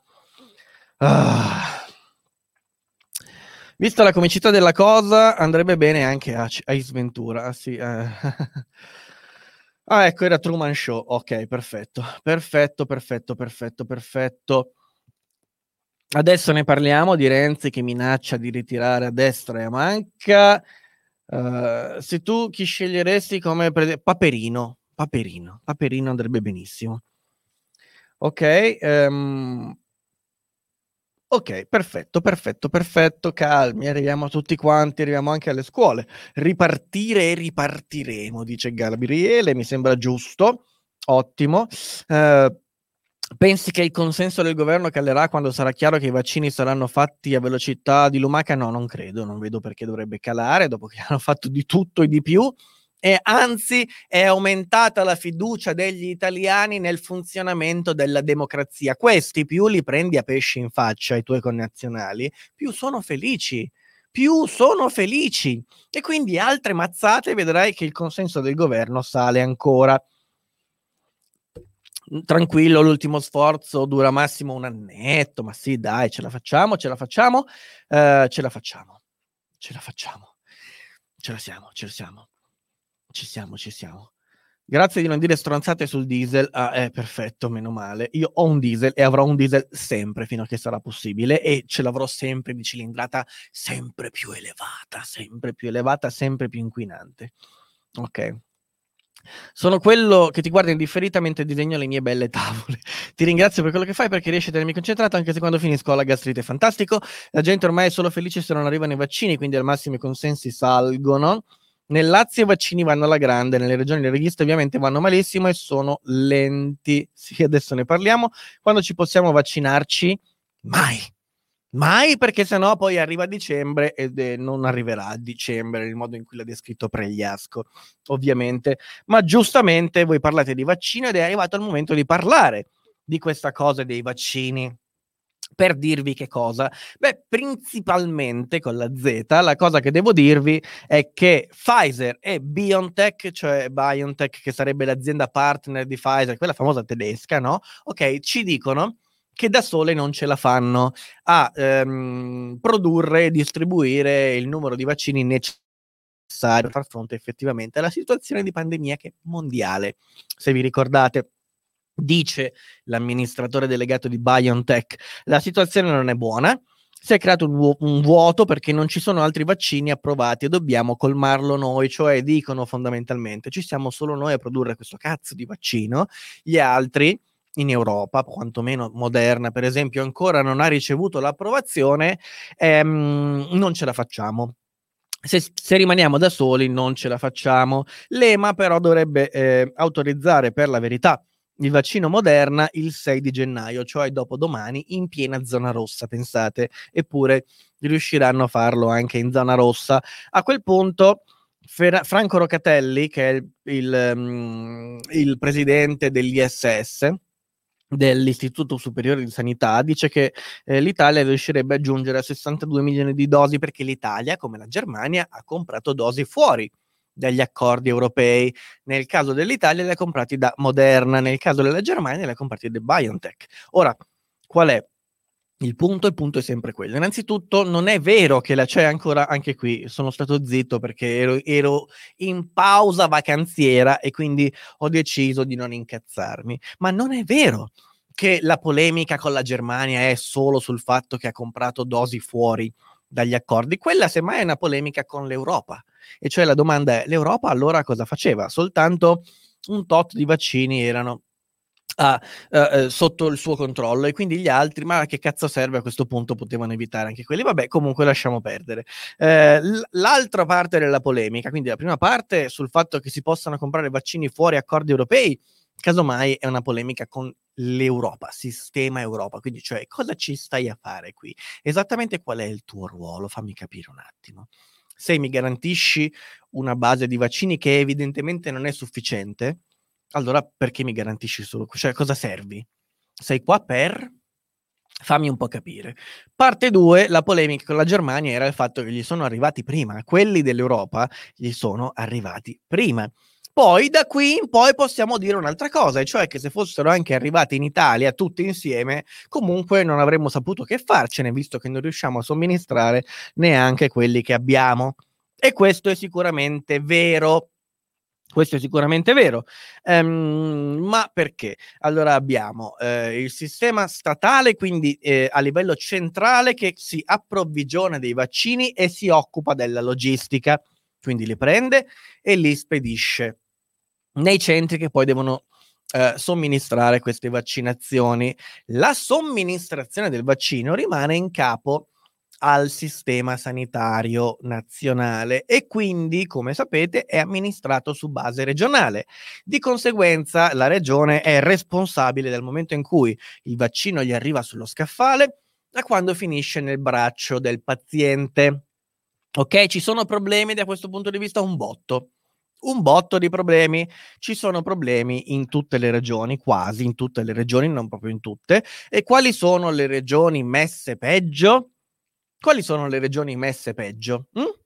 Vista la comicità della cosa, andrebbe bene anche a Ace Ventura. Sì, Ah, ecco, era Truman Show. Ok, perfetto. Adesso ne parliamo di Renzi che minaccia di ritirare a destra e a manca. Se tu chi sceglieresti come Paperino andrebbe benissimo. Ok, ok, perfetto, calmi, arriviamo tutti quanti, arriviamo anche alle scuole. Ripartire e ripartiremo, dice Gabriele, mi sembra giusto, ottimo. Pensi che il consenso del governo calerà quando sarà chiaro che i vaccini saranno fatti a velocità di lumaca? No, non credo, non vedo perché dovrebbe calare, dopo che hanno fatto di tutto e di più. E anzi è aumentata la fiducia degli italiani nel funzionamento della democrazia. Questi più li prendi a pesci in faccia ai tuoi connazionali, più sono felici. E quindi altre mazzate vedrai che il consenso del governo sale ancora. Tranquillo, l'ultimo sforzo dura massimo un annetto, ma sì, dai, ce la facciamo, ce la siamo. Ci siamo. Grazie di non dire stronzate sul diesel. Perfetto, meno male. Io ho un diesel e avrò un diesel sempre fino a che sarà possibile, e ce l'avrò sempre di cilindrata sempre più elevata, sempre più inquinante. Ok. Sono quello che ti guarda indifferitamente e disegno le mie belle tavole. Ti ringrazio per quello che fai, perché riesci a tenermi concentrato anche se quando finisco la gastrite. È fantastico. La gente ormai è solo felice se non arrivano i vaccini, quindi al massimo i consensi salgono. Nel Lazio i vaccini vanno alla grande, nelle regioni le riviste ovviamente vanno malissimo e sono lenti. Sì, adesso ne parliamo. Quando ci possiamo vaccinarci? Mai, perché sennò poi arriva dicembre ed non arriverà a dicembre nel modo in cui l'ha descritto Pregliasco, ovviamente. Ma giustamente voi parlate di vaccino ed è arrivato il momento di parlare di questa cosa dei vaccini. Per dirvi che cosa? Beh, principalmente con la Z, la cosa che devo dirvi è che Pfizer e BioNTech, cioè BioNTech che sarebbe l'azienda partner di Pfizer, quella famosa tedesca, no? Ok, ci dicono che da sole non ce la fanno a produrre e distribuire il numero di vaccini necessari per far fronte effettivamente alla situazione di pandemia che è mondiale. Se vi ricordate, dice l'amministratore delegato di BioNTech, la situazione non è buona, si è creato un vuoto perché non ci sono altri vaccini approvati e dobbiamo colmarlo noi, cioè dicono fondamentalmente ci siamo solo noi a produrre questo cazzo di vaccino, gli altri in Europa, quantomeno Moderna per esempio, ancora non ha ricevuto l'approvazione, non ce la facciamo. Se rimaniamo da soli non ce la facciamo. L'EMA però dovrebbe autorizzare per la verità il vaccino Moderna il 6 di gennaio, cioè dopodomani, in piena zona rossa, pensate, eppure riusciranno a farlo anche in zona rossa. A quel punto Franco Rocatelli, che è il presidente dell'ISS, dell'Istituto Superiore di Sanità dice che l'Italia riuscirebbe a giungere a 62 milioni di dosi, perché l'Italia, come la Germania, ha comprato dosi fuori dagli accordi europei. Nel caso dell'Italia le ha comprati da Moderna, nel caso della Germania le ha comprati da BioNTech. Ora, qual è il punto? Il punto è sempre quello. Innanzitutto non è vero che c'è ancora, anche qui sono stato zitto perché ero in pausa vacanziera e quindi ho deciso di non incazzarmi, ma non è vero che la polemica con la Germania è solo sul fatto che ha comprato dosi fuori dagli accordi. Quella semmai è una polemica con l'Europa, e cioè la domanda è: l'Europa allora cosa faceva? Soltanto un tot di vaccini erano sotto il suo controllo, e quindi gli altri, ma che cazzo serve, a questo punto potevano evitare anche quelli. Vabbè, comunque lasciamo perdere. L'altra parte della polemica, quindi la prima parte sul fatto che si possano comprare vaccini fuori accordi europei, casomai è una polemica con l'Europa, sistema Europa, quindi cioè cosa ci stai a fare qui? Esattamente qual è il tuo ruolo? Fammi capire un attimo. Se mi garantisci una base di vaccini che evidentemente non è sufficiente, allora perché mi garantisci solo, cioè cosa servi? Sei qua per? Fammi un po' capire. Parte 2, la polemica con la Germania era il fatto che gli sono arrivati prima, quelli dell'Europa gli sono arrivati prima. Poi da qui in poi possiamo dire un'altra cosa, e cioè che se fossero anche arrivati in Italia tutti insieme, comunque non avremmo saputo che farcene, visto che non riusciamo a somministrare neanche quelli che abbiamo. E questo è sicuramente vero. Questo è sicuramente vero, ma perché? Allora abbiamo il sistema statale, quindi a livello centrale, che si approvvigiona dei vaccini e si occupa della logistica, quindi li prende e li spedisce nei centri che poi devono somministrare queste vaccinazioni. La somministrazione del vaccino rimane in capo al sistema sanitario nazionale e quindi, come sapete, è amministrato su base regionale. Di conseguenza la regione è responsabile dal momento in cui il vaccino gli arriva sullo scaffale a quando finisce nel braccio del paziente. Ok, ci sono problemi da questo punto di vista? Un botto di problemi. Ci sono problemi in tutte le regioni, quasi in tutte le regioni, non proprio in tutte. E quali sono le regioni messe peggio? Quali sono le regioni messe peggio?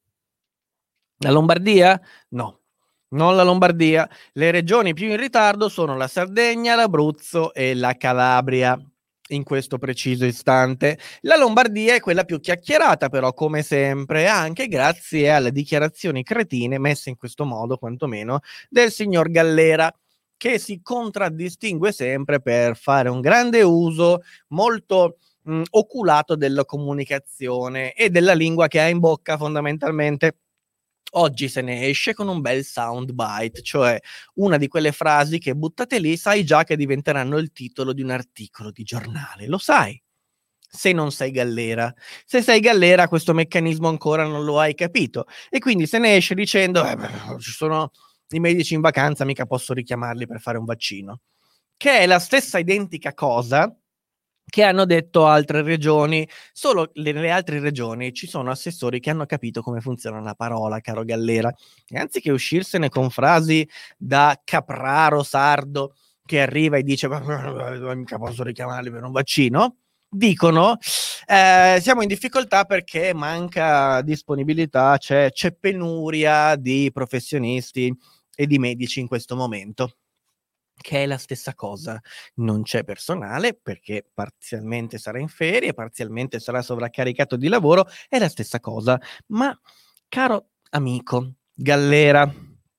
La Lombardia? No, non la Lombardia. Le regioni più in ritardo sono la Sardegna, l'Abruzzo e la Calabria, in questo preciso istante. La Lombardia è quella più chiacchierata, però, come sempre, anche grazie alle dichiarazioni cretine messe in questo modo, quantomeno, del signor Gallera, che si contraddistingue sempre per fare un grande uso molto oculato della comunicazione e della lingua che ha in bocca, fondamentalmente. Oggi se ne esce con un bel soundbite, cioè una di quelle frasi che buttate lì, sai già che diventeranno il titolo di un articolo di giornale, lo sai. Se non sei Gallera. Se sei Gallera questo meccanismo ancora non lo hai capito, e quindi se ne esce dicendo ci sono i medici in vacanza, mica posso richiamarli per fare un vaccino, che è la stessa identica cosa che hanno detto altre regioni, solo nelle altre regioni ci sono assessori che hanno capito come funziona la parola, caro Gallera, e anziché uscirsene con frasi da capraro sardo che arriva e dice mica posso richiamarli per un vaccino, dicono siamo in difficoltà perché manca disponibilità, c'è penuria di professionisti e di medici in questo momento, che è la stessa cosa. Non c'è personale perché parzialmente sarà in ferie, parzialmente sarà sovraccaricato di lavoro, è la stessa cosa. Ma, caro amico Gallera,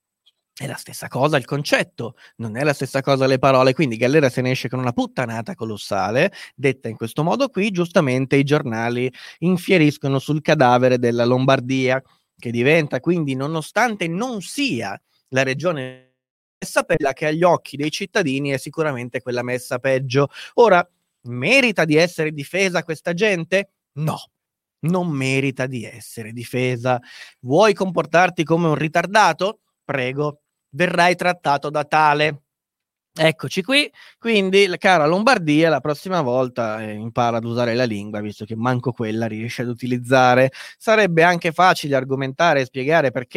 è la stessa cosa il concetto, non è la stessa cosa le parole, quindi Gallera se ne esce con una puttanata colossale, detta in questo modo qui, giustamente i giornali infieriscono sul cadavere della Lombardia, che diventa quindi, nonostante non sia la regione messa quella che agli occhi dei cittadini è sicuramente quella messa peggio. Ora, merita di essere difesa questa gente? No, non merita di essere difesa. Vuoi comportarti come un ritardato? Prego, verrai trattato da tale. Eccoci qui, quindi cara Lombardia, la prossima volta impara ad usare la lingua, visto che manco quella riesce ad utilizzare. Sarebbe anche facile argomentare e spiegare perché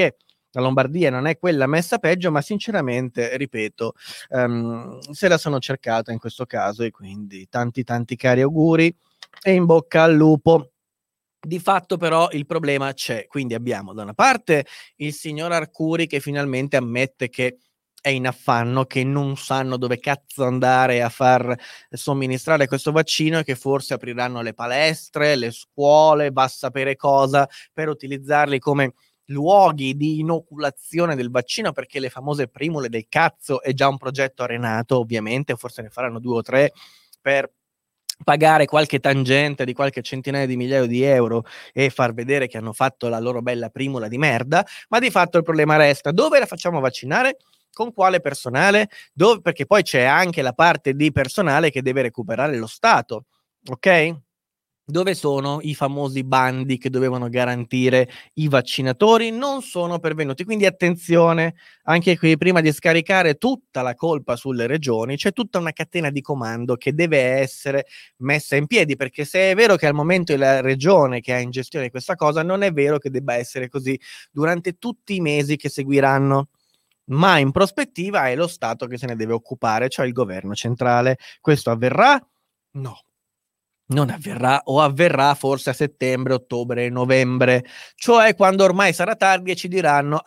la Lombardia non è quella messa peggio, ma sinceramente, ripeto, se la sono cercata in questo caso, e quindi tanti cari auguri e in bocca al lupo. Di fatto però il problema c'è, quindi abbiamo da una parte il signor Arcuri che finalmente ammette che è in affanno, che non sanno dove cazzo andare a far somministrare questo vaccino e che forse apriranno le palestre, le scuole, va a sapere cosa, per utilizzarli come luoghi di inoculazione del vaccino, perché le famose primule del cazzo è già un progetto arenato, ovviamente, forse ne faranno 2 o 3 per pagare qualche tangente di qualche centinaia di migliaia di euro e far vedere che hanno fatto la loro bella primula di merda, ma di fatto il problema resta: dove la facciamo vaccinare? Con quale personale? Perché poi c'è anche la parte di personale che deve recuperare lo Stato, ok? Dove sono i famosi bandi che dovevano garantire i vaccinatori? Non sono pervenuti, quindi attenzione, anche qui prima di scaricare tutta la colpa sulle regioni c'è tutta una catena di comando che deve essere messa in piedi, perché se è vero che al momento è la regione che ha in gestione questa cosa, non è vero che debba essere così durante tutti i mesi che seguiranno, ma in prospettiva è lo Stato che se ne deve occupare, cioè il governo centrale. Questo avverrà? No. Non avverrà, o avverrà forse a settembre, ottobre, novembre, cioè quando ormai sarà tardi e ci diranno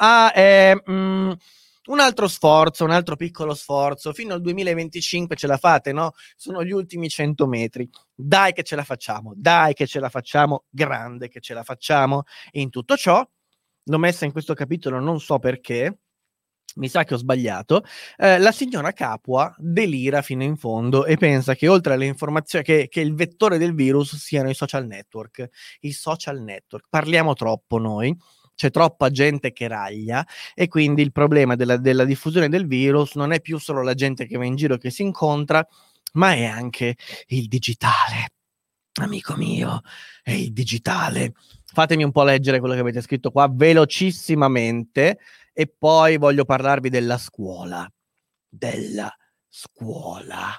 un altro sforzo, un altro piccolo sforzo, fino al 2025 ce la fate, no? Sono gli ultimi 100 metri, dai che ce la facciamo, grande che ce la facciamo. E in tutto ciò, l'ho messa in questo capitolo, non so perché, mi sa che ho sbagliato, la signora Capua delira fino in fondo e pensa che oltre alle informazioni che il vettore del virus siano i social network. I social network, parliamo troppo noi, c'è troppa gente che raglia e quindi il problema della diffusione del virus non è più solo la gente che va in giro che si incontra, ma è anche il digitale. Amico mio, è il digitale. Fatemi un po' leggere quello che avete scritto qua velocissimamente e poi voglio parlarvi della scuola. Della scuola.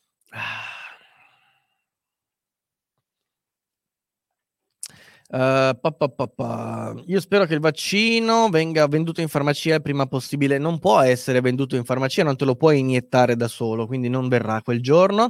Io spero che il vaccino venga venduto in farmacia il prima possibile. Non può essere venduto in farmacia, non te lo puoi iniettare da solo, quindi non verrà quel giorno.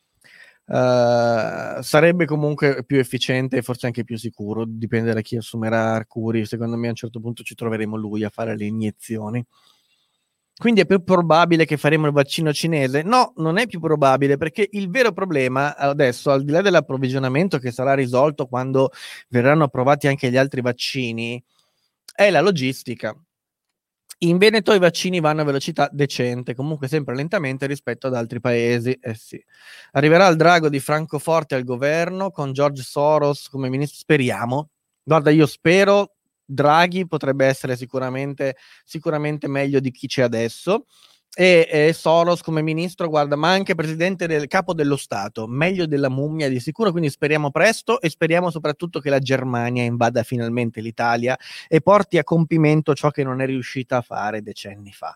Sarebbe comunque più efficiente e forse anche più sicuro, dipende da chi assumerà Arcuri. Secondo me a un certo punto ci troveremo lui a fare le iniezioni. Quindi è più probabile che faremo il vaccino cinese? No, non è più probabile, perché il vero problema adesso, al di là dell'approvvigionamento che sarà risolto quando verranno approvati anche gli altri vaccini, è la logistica. In Veneto i vaccini vanno a velocità decente, comunque sempre lentamente rispetto ad altri paesi. Sì. Arriverà il drago di Francoforte al governo con George Soros come ministro? Speriamo. Guarda, io spero. Draghi potrebbe essere sicuramente meglio di chi c'è adesso. E Soros come ministro, guarda, ma anche presidente del capo dello Stato, meglio della mummia di sicuro, quindi speriamo presto e speriamo soprattutto che la Germania invada finalmente l'Italia e porti a compimento ciò che non è riuscita a fare decenni fa.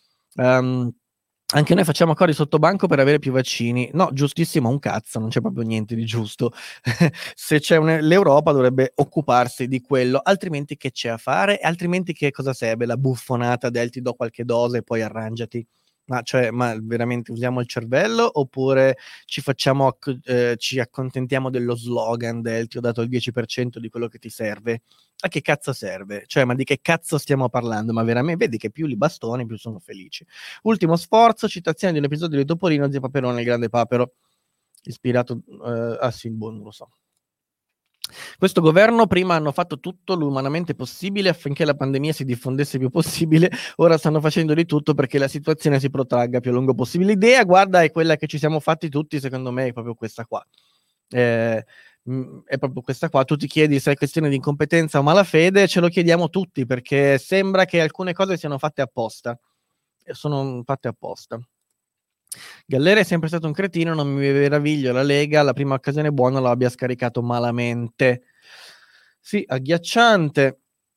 Anche noi facciamo cori sotto banco per avere più vaccini. No, giustissimo, un cazzo, non c'è proprio niente di giusto. Se c'è l'Europa dovrebbe occuparsi di quello, altrimenti che c'è a fare? Altrimenti che cosa serve la buffonata del ti do qualche dose e poi arrangiati? Ma veramente usiamo il cervello oppure ci accontentiamo dello slogan del ti ho dato il 10% di quello che ti serve? A che cazzo serve? Cioè, ma di che cazzo stiamo parlando? Ma veramente, vedi che più li bastoni, più sono felici. Ultimo sforzo, citazione di un episodio di Topolino, Zio Paperone, il grande papero, ispirato sì, non lo so. Questo governo prima hanno fatto tutto l'umanamente possibile affinché la pandemia si diffondesse il più possibile, ora stanno facendo di tutto perché la situazione si protragga più a lungo possibile. L'idea, guarda, è quella che ci siamo fatti tutti, secondo me è proprio questa qua. È proprio questa qua. Tu ti chiedi se è questione di incompetenza o malafede, ce lo chiediamo tutti perché sembra che alcune cose siano fatte apposta. Sono fatte apposta. Gallera è sempre stato un cretino, non mi meraviglio la Lega, la prima occasione buona lo abbia scaricato malamente. Sì, agghiacciante.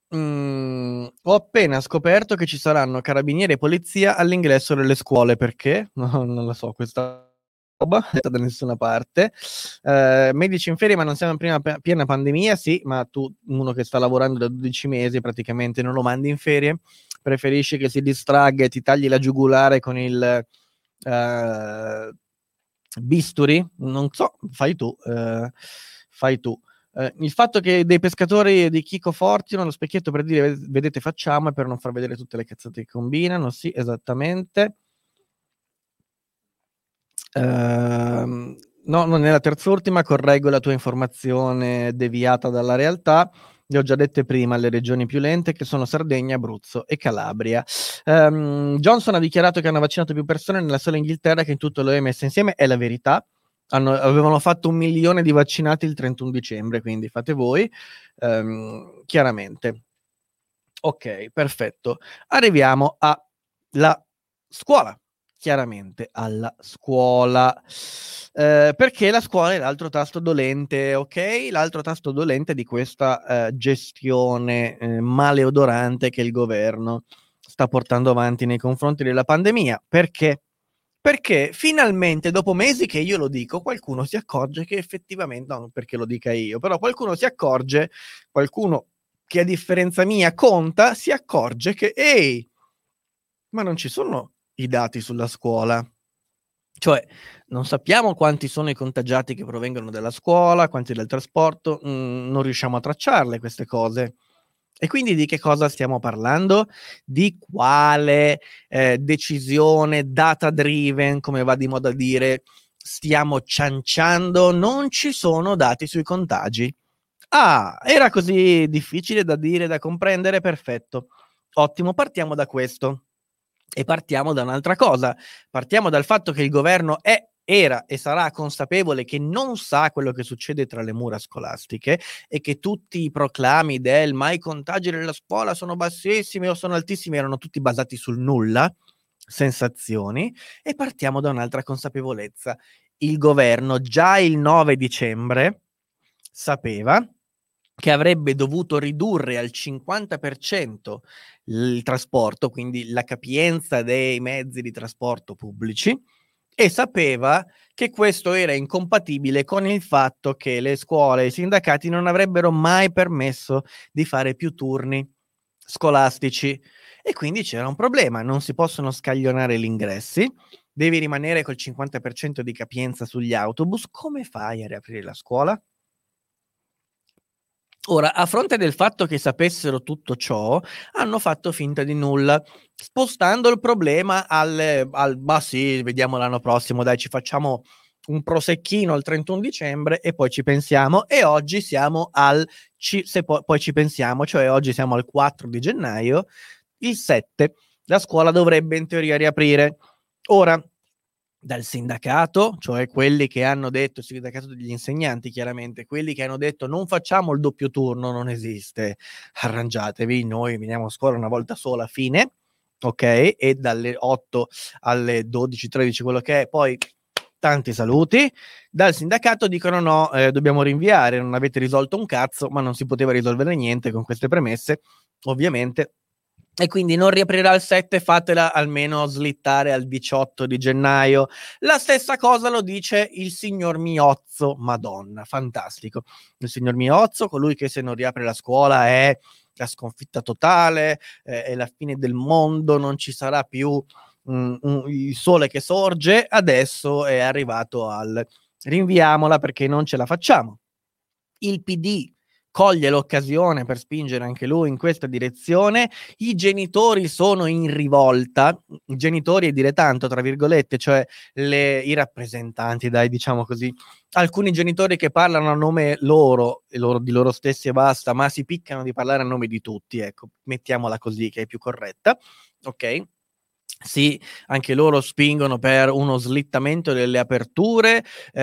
Ho appena scoperto che ci saranno carabinieri e polizia all'ingresso delle scuole, perché? No, non lo so, questa da nessuna parte. Medici in ferie, ma non siamo in piena pandemia. Sì, ma tu, uno che sta lavorando da 12 mesi, praticamente non lo mandi in ferie? Preferisci che si distragga e ti tagli la giugulare con il bisturi? Non so, fai tu. Il fatto che dei pescatori di Chico fortino lo specchietto per dire vedete facciamo, e per non far vedere tutte le cazzate che combinano. Sì, esattamente. No, non è la terz'ultima, correggo la tua informazione deviata dalla realtà. Le ho già dette prima, le regioni più lente che sono Sardegna, Abruzzo e Calabria. Johnson ha dichiarato che hanno vaccinato più persone nella sola Inghilterra che in tutto l'OMS insieme, è la verità. Avevano fatto 1 milione di vaccinati il 31 dicembre, quindi fate voi, chiaramente. Ok, perfetto. Arriviamo alla scuola. Chiaramente alla scuola, perché la scuola è l'altro tasto dolente, ok? L'altro tasto dolente di questa gestione maleodorante che il governo sta portando avanti nei confronti della pandemia. Perché? Perché finalmente, dopo mesi che io lo dico, qualcuno si accorge che effettivamente, no, perché lo dica io, però qualcuno si accorge, qualcuno che a differenza mia conta, si accorge che, ehi, ma non ci sono i dati sulla scuola. Cioè, non sappiamo quanti sono i contagiati che provengono dalla scuola, quanti dal trasporto, non riusciamo a tracciarle queste cose. E quindi di che cosa stiamo parlando? Di quale decisione data driven, come va di moda dire, stiamo cianciando? Non ci sono dati sui contagi. Ah, era così difficile da dire, da comprendere? Perfetto. Ottimo, partiamo da questo. E partiamo da un'altra cosa. Partiamo dal fatto che il governo era e sarà consapevole che non sa quello che succede tra le mura scolastiche e che tutti i proclami del ma i contagi nella scuola sono bassissimi o sono altissimi erano tutti basati sul nulla, sensazioni. E partiamo da un'altra consapevolezza. Il governo già il 9 dicembre sapeva che avrebbe dovuto ridurre al 50% il trasporto, quindi la capienza dei mezzi di trasporto pubblici, e sapeva che questo era incompatibile con il fatto che le scuole e i sindacati non avrebbero mai permesso di fare più turni scolastici. E quindi c'era un problema, non si possono scaglionare gli ingressi, devi rimanere col 50% di capienza sugli autobus. Come fai a riaprire la scuola? Ora, a fronte del fatto che sapessero tutto ciò, hanno fatto finta di nulla, spostando il problema ma sì, vediamo l'anno prossimo, dai, ci facciamo un prosecchino il 31 dicembre e poi ci pensiamo. E oggi siamo poi ci pensiamo, cioè oggi siamo al 4 di gennaio, il 7 la scuola dovrebbe in teoria riaprire. Ora, dal sindacato, cioè quelli che hanno detto, il sindacato degli insegnanti chiaramente, quelli che hanno detto non facciamo il doppio turno, non esiste, arrangiatevi, noi veniamo a scuola una volta sola, fine, ok? E dalle 8 alle 12, 13, quello che è, poi tanti saluti. Dal sindacato dicono no, dobbiamo rinviare, non avete risolto un cazzo, ma non si poteva risolvere niente con queste premesse, ovviamente. E quindi non riaprirà il 7, fatela almeno slittare al 18 di gennaio. La stessa cosa lo dice il signor Miozzo, madonna, fantastico. Il signor Miozzo, colui che se non riapre la scuola è la sconfitta totale, è la fine del mondo, non ci sarà più il sole che sorge, adesso è arrivato al rinviamola perché non ce la facciamo. Il PD coglie l'occasione per spingere anche lui in questa direzione. I genitori sono in rivolta, i genitori, e dire tanto tra virgolette, cioè i rappresentanti, dai, diciamo così, alcuni genitori che parlano a nome loro e di loro stessi e basta, ma si piccano di parlare a nome di tutti, ecco, mettiamola così che è più corretta, ok? Sì, anche loro spingono per uno slittamento delle aperture,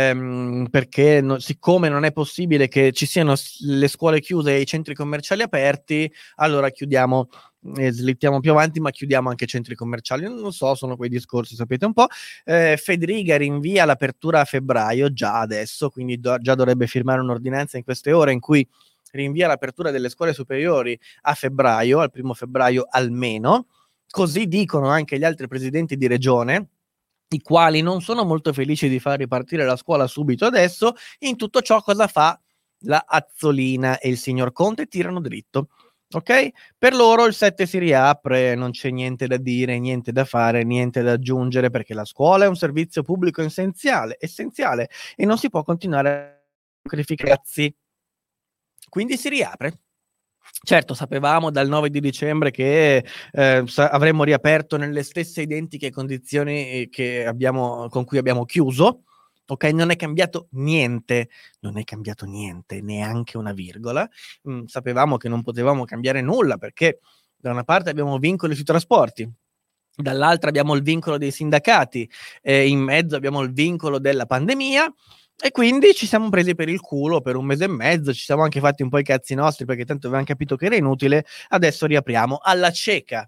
perché siccome non è possibile che ci siano le scuole chiuse e i centri commerciali aperti, allora chiudiamo e slittiamo più avanti, ma chiudiamo anche i centri commerciali. Non so, sono quei discorsi, sapete un po'. Federica rinvia l'apertura a febbraio, già adesso, quindi già dovrebbe firmare un'ordinanza in queste ore in cui rinvia l'apertura delle scuole superiori a febbraio, al 1° febbraio almeno. Così dicono anche gli altri presidenti di regione, i quali non sono molto felici di far ripartire la scuola subito adesso. In tutto ciò cosa fa la Azzolina e il signor Conte? Tirano dritto. Ok? Per loro il 7 si riapre, non c'è niente da dire, niente da fare, niente da aggiungere, perché la scuola è un servizio pubblico essenziale e non si può continuare a sacrificarsi. Quindi si riapre. Certo, sapevamo dal 9 di dicembre che avremmo riaperto nelle stesse identiche condizioni con cui abbiamo chiuso. Ok, non è cambiato niente, neanche una virgola. Sapevamo che non potevamo cambiare nulla perché da una parte abbiamo vincoli sui trasporti, dall'altra abbiamo il vincolo dei sindacati, in mezzo abbiamo il vincolo della pandemia. E quindi ci siamo presi per il culo per un mese e mezzo, ci siamo anche fatti un po' i cazzi nostri perché tanto avevamo capito che era inutile. Adesso riapriamo alla cieca,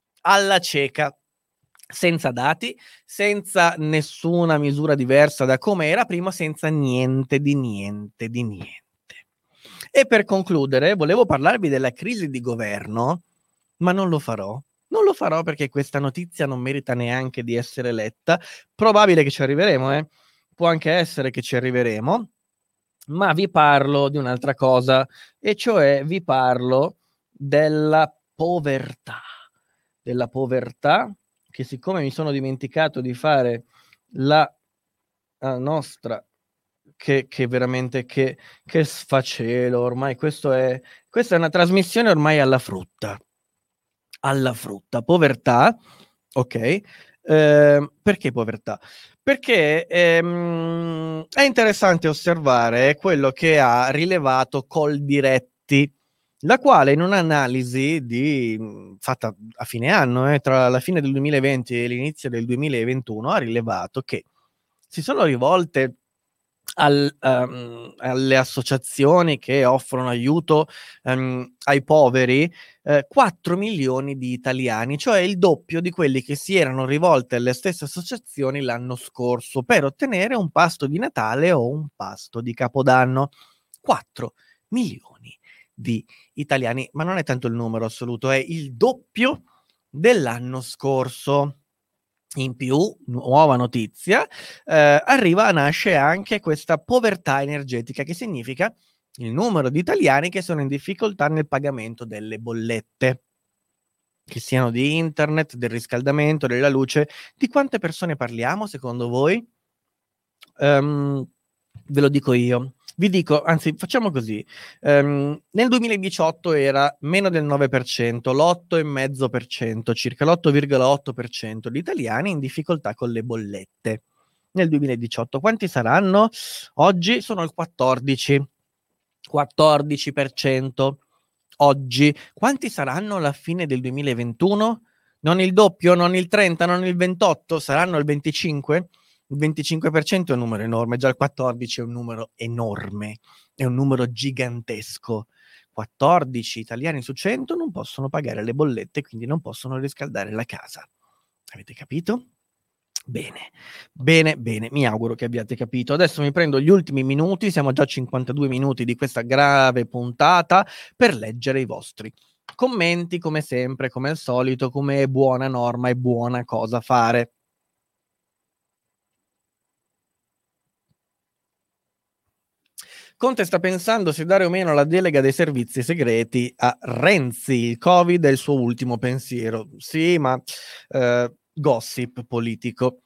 senza dati, senza nessuna misura diversa da come era prima, senza niente di niente. E per concludere, volevo parlarvi della crisi di governo, ma non lo farò. Non lo farò perché questa notizia non merita neanche di essere letta. Probabile che ci arriveremo, può anche essere che ci arriveremo, ma vi parlo di un'altra cosa, e cioè vi parlo della povertà, che siccome mi sono dimenticato di fare la nostra, che veramente, che sfacelo, ormai questa è una trasmissione ormai alla frutta, povertà, ok? Perché povertà? Perché è interessante osservare quello che ha rilevato Coldiretti, la quale in un'analisi fatta a fine anno, tra la fine del 2020 e l'inizio del 2021, ha rilevato che si sono rivolte alle associazioni che offrono aiuto ai poveri 4 milioni di italiani, cioè il doppio di quelli che si erano rivolti alle stesse associazioni l'anno scorso per ottenere un pasto di Natale o un pasto di Capodanno. 4 milioni di italiani, ma non è tanto il numero assoluto, è il doppio dell'anno scorso. In più, nuova notizia, nasce anche questa povertà energetica, che significa il numero di italiani che sono in difficoltà nel pagamento delle bollette, che siano di internet, del riscaldamento, della luce. Di quante persone parliamo secondo voi? Ve lo dico io. Vi dico, anzi, facciamo così. Nel 2018 era meno del 9%, l'8,5%, circa l'8,8% di italiani in difficoltà con le bollette. Nel 2018 quanti saranno? Oggi sono il 14%. Oggi quanti saranno alla fine del 2021? Non il doppio, non il 30, non il 28, saranno il 25? Il 25% è un numero enorme, già il 14 è un numero enorme, è un numero gigantesco. 14 italiani su 100 non possono pagare le bollette, quindi non possono riscaldare la casa. Avete capito? Bene, mi auguro che abbiate capito. Adesso mi prendo gli ultimi minuti, siamo già a 52 minuti di questa grave puntata, per leggere i vostri commenti, come sempre, come al solito, come è buona norma e buona cosa fare. Conte sta pensando se dare o meno la delega dei servizi segreti a Renzi. Il Covid è il suo ultimo pensiero. Sì, ma gossip politico.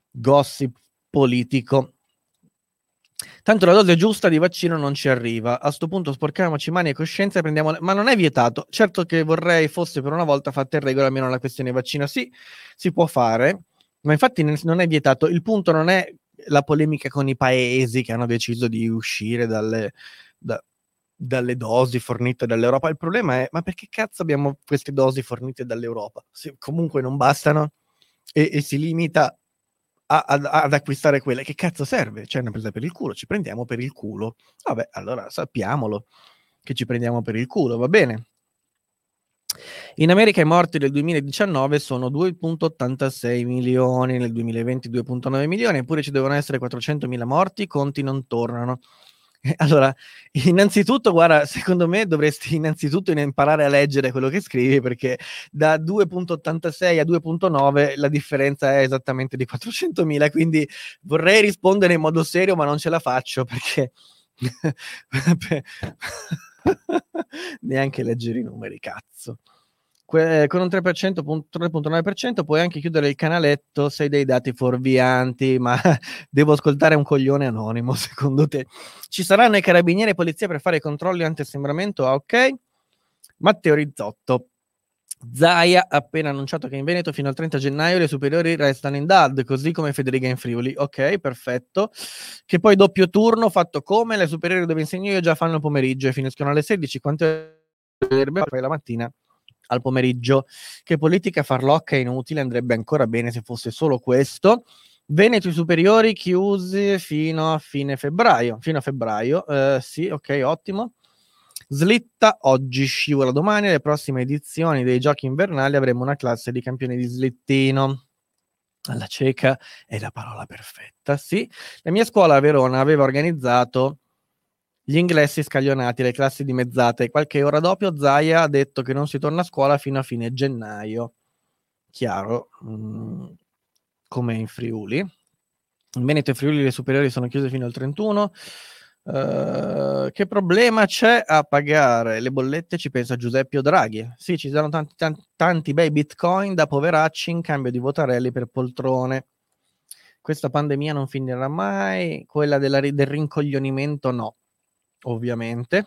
Tanto la dose giusta di vaccino non ci arriva. A sto punto sporchiamoci mani e coscienza e prendiamo... Ma non è vietato. Certo che vorrei fosse per una volta fatta in regola almeno la questione vaccina. Sì, si può fare, ma infatti non è vietato. Il punto non è la polemica con i paesi che hanno deciso di uscire dalle dosi fornite dall'Europa. Il problema è, ma perché cazzo abbiamo queste dosi fornite dall'Europa? Se comunque non bastano e si limita ad acquistare quelle, che cazzo serve? C'è una presa per il culo, ci prendiamo per il culo. Vabbè, allora sappiamolo che ci prendiamo per il culo, va bene? In America i morti del 2019 sono 2,86 milioni, nel 2020 2,9 milioni, eppure ci devono essere 400.000 morti, i conti non tornano. Allora, innanzitutto, guarda, secondo me dovresti innanzitutto imparare a leggere quello che scrivi, perché da 2.86 a 2.9 la differenza è esattamente di 400.000, quindi vorrei rispondere in modo serio, ma non ce la faccio perché neanche leggere i numeri, cazzo. Con un 3%, 3.9% puoi anche chiudere il canaletto se hai dei dati fuorvianti, ma devo ascoltare un coglione anonimo, secondo te? Ci saranno i carabinieri e polizia per fare i controlli anti-assembramento? Ah, ok. Matteo Rizzotto. Zaia ha appena annunciato che in Veneto fino al 30 gennaio le superiori restano in DAD, così come Federica in Friuli. Ok, perfetto. Che poi doppio turno fatto come le superiori dove insegno io già fanno il pomeriggio e finiscono alle 16, quante fai la mattina al pomeriggio. Che politica farlocca è inutile, andrebbe ancora bene se fosse solo questo. Veneto i superiori chiusi fino a fine febbraio. Fino a febbraio, sì, ok, ottimo. Slitta oggi, scivola domani. Alle prossime edizioni dei giochi invernali avremo una classe di campioni di slittino. Alla cieca è la parola perfetta, sì. La mia scuola a Verona aveva organizzato gli ingressi scaglionati, le classi dimezzate. Qualche ora dopo Zaia ha detto che non si torna a scuola fino a fine gennaio. Chiaro, come in Friuli. In Veneto e Friuli le superiori sono chiuse fino al 31. Che problema c'è a pagare le bollette? Ci pensa Giuseppe Draghi. Sì, ci saranno tanti bei bitcoin da poveracci in cambio di votarelli per poltrone. Questa pandemia non finirà mai. Quella del rincoglionimento no, ovviamente.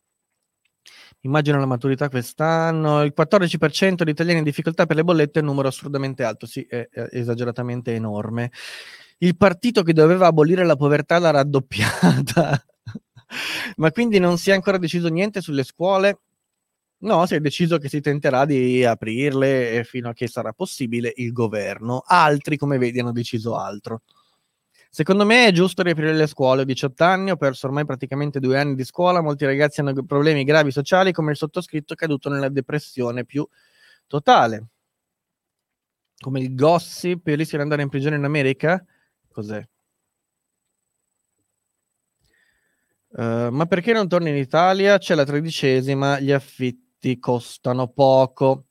Immagino la maturità quest'anno. Il 14% di italiani in difficoltà per le bollette è un numero assolutamente alto, sì, è esageratamente enorme. Il partito che doveva abolire la povertà l'ha raddoppiata. Ma quindi non si è ancora deciso niente sulle scuole? No, si è deciso che si tenterà di aprirle fino a che sarà possibile il governo. Altri, come vedi, hanno deciso altro. Secondo me è giusto riaprire le scuole. Ho 18 anni, ho perso ormai praticamente 2 anni di scuola, molti ragazzi hanno problemi gravi sociali come il sottoscritto caduto nella depressione più totale. Come il gossip, io rischio di andare in prigione in America? Cos'è? Ma perché non torni in Italia? C'è la 13ª, gli affitti costano poco.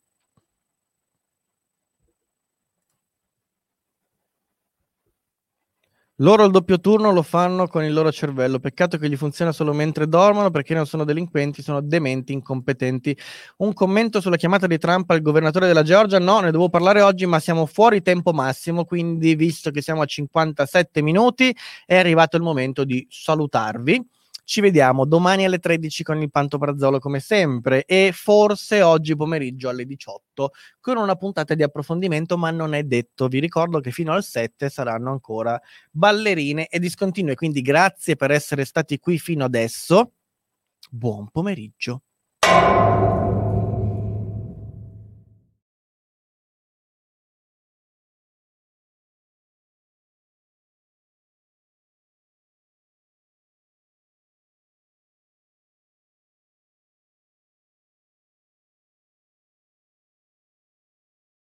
Loro il doppio turno lo fanno con il loro cervello. Peccato che gli funziona solo mentre dormono, perché non sono delinquenti, sono dementi, incompetenti. Un commento sulla chiamata di Trump al governatore della Georgia? No, ne devo parlare oggi, ma siamo fuori tempo massimo, quindi visto che siamo a 57 minuti, è arrivato il momento di salutarvi. Ci vediamo domani alle 13 con il Pantoprazolo come sempre e forse oggi pomeriggio alle 18 con una puntata di approfondimento, ma non è detto. Vi ricordo che fino al 7 saranno ancora ballerine e discontinue, quindi grazie per essere stati qui fino adesso. Buon pomeriggio.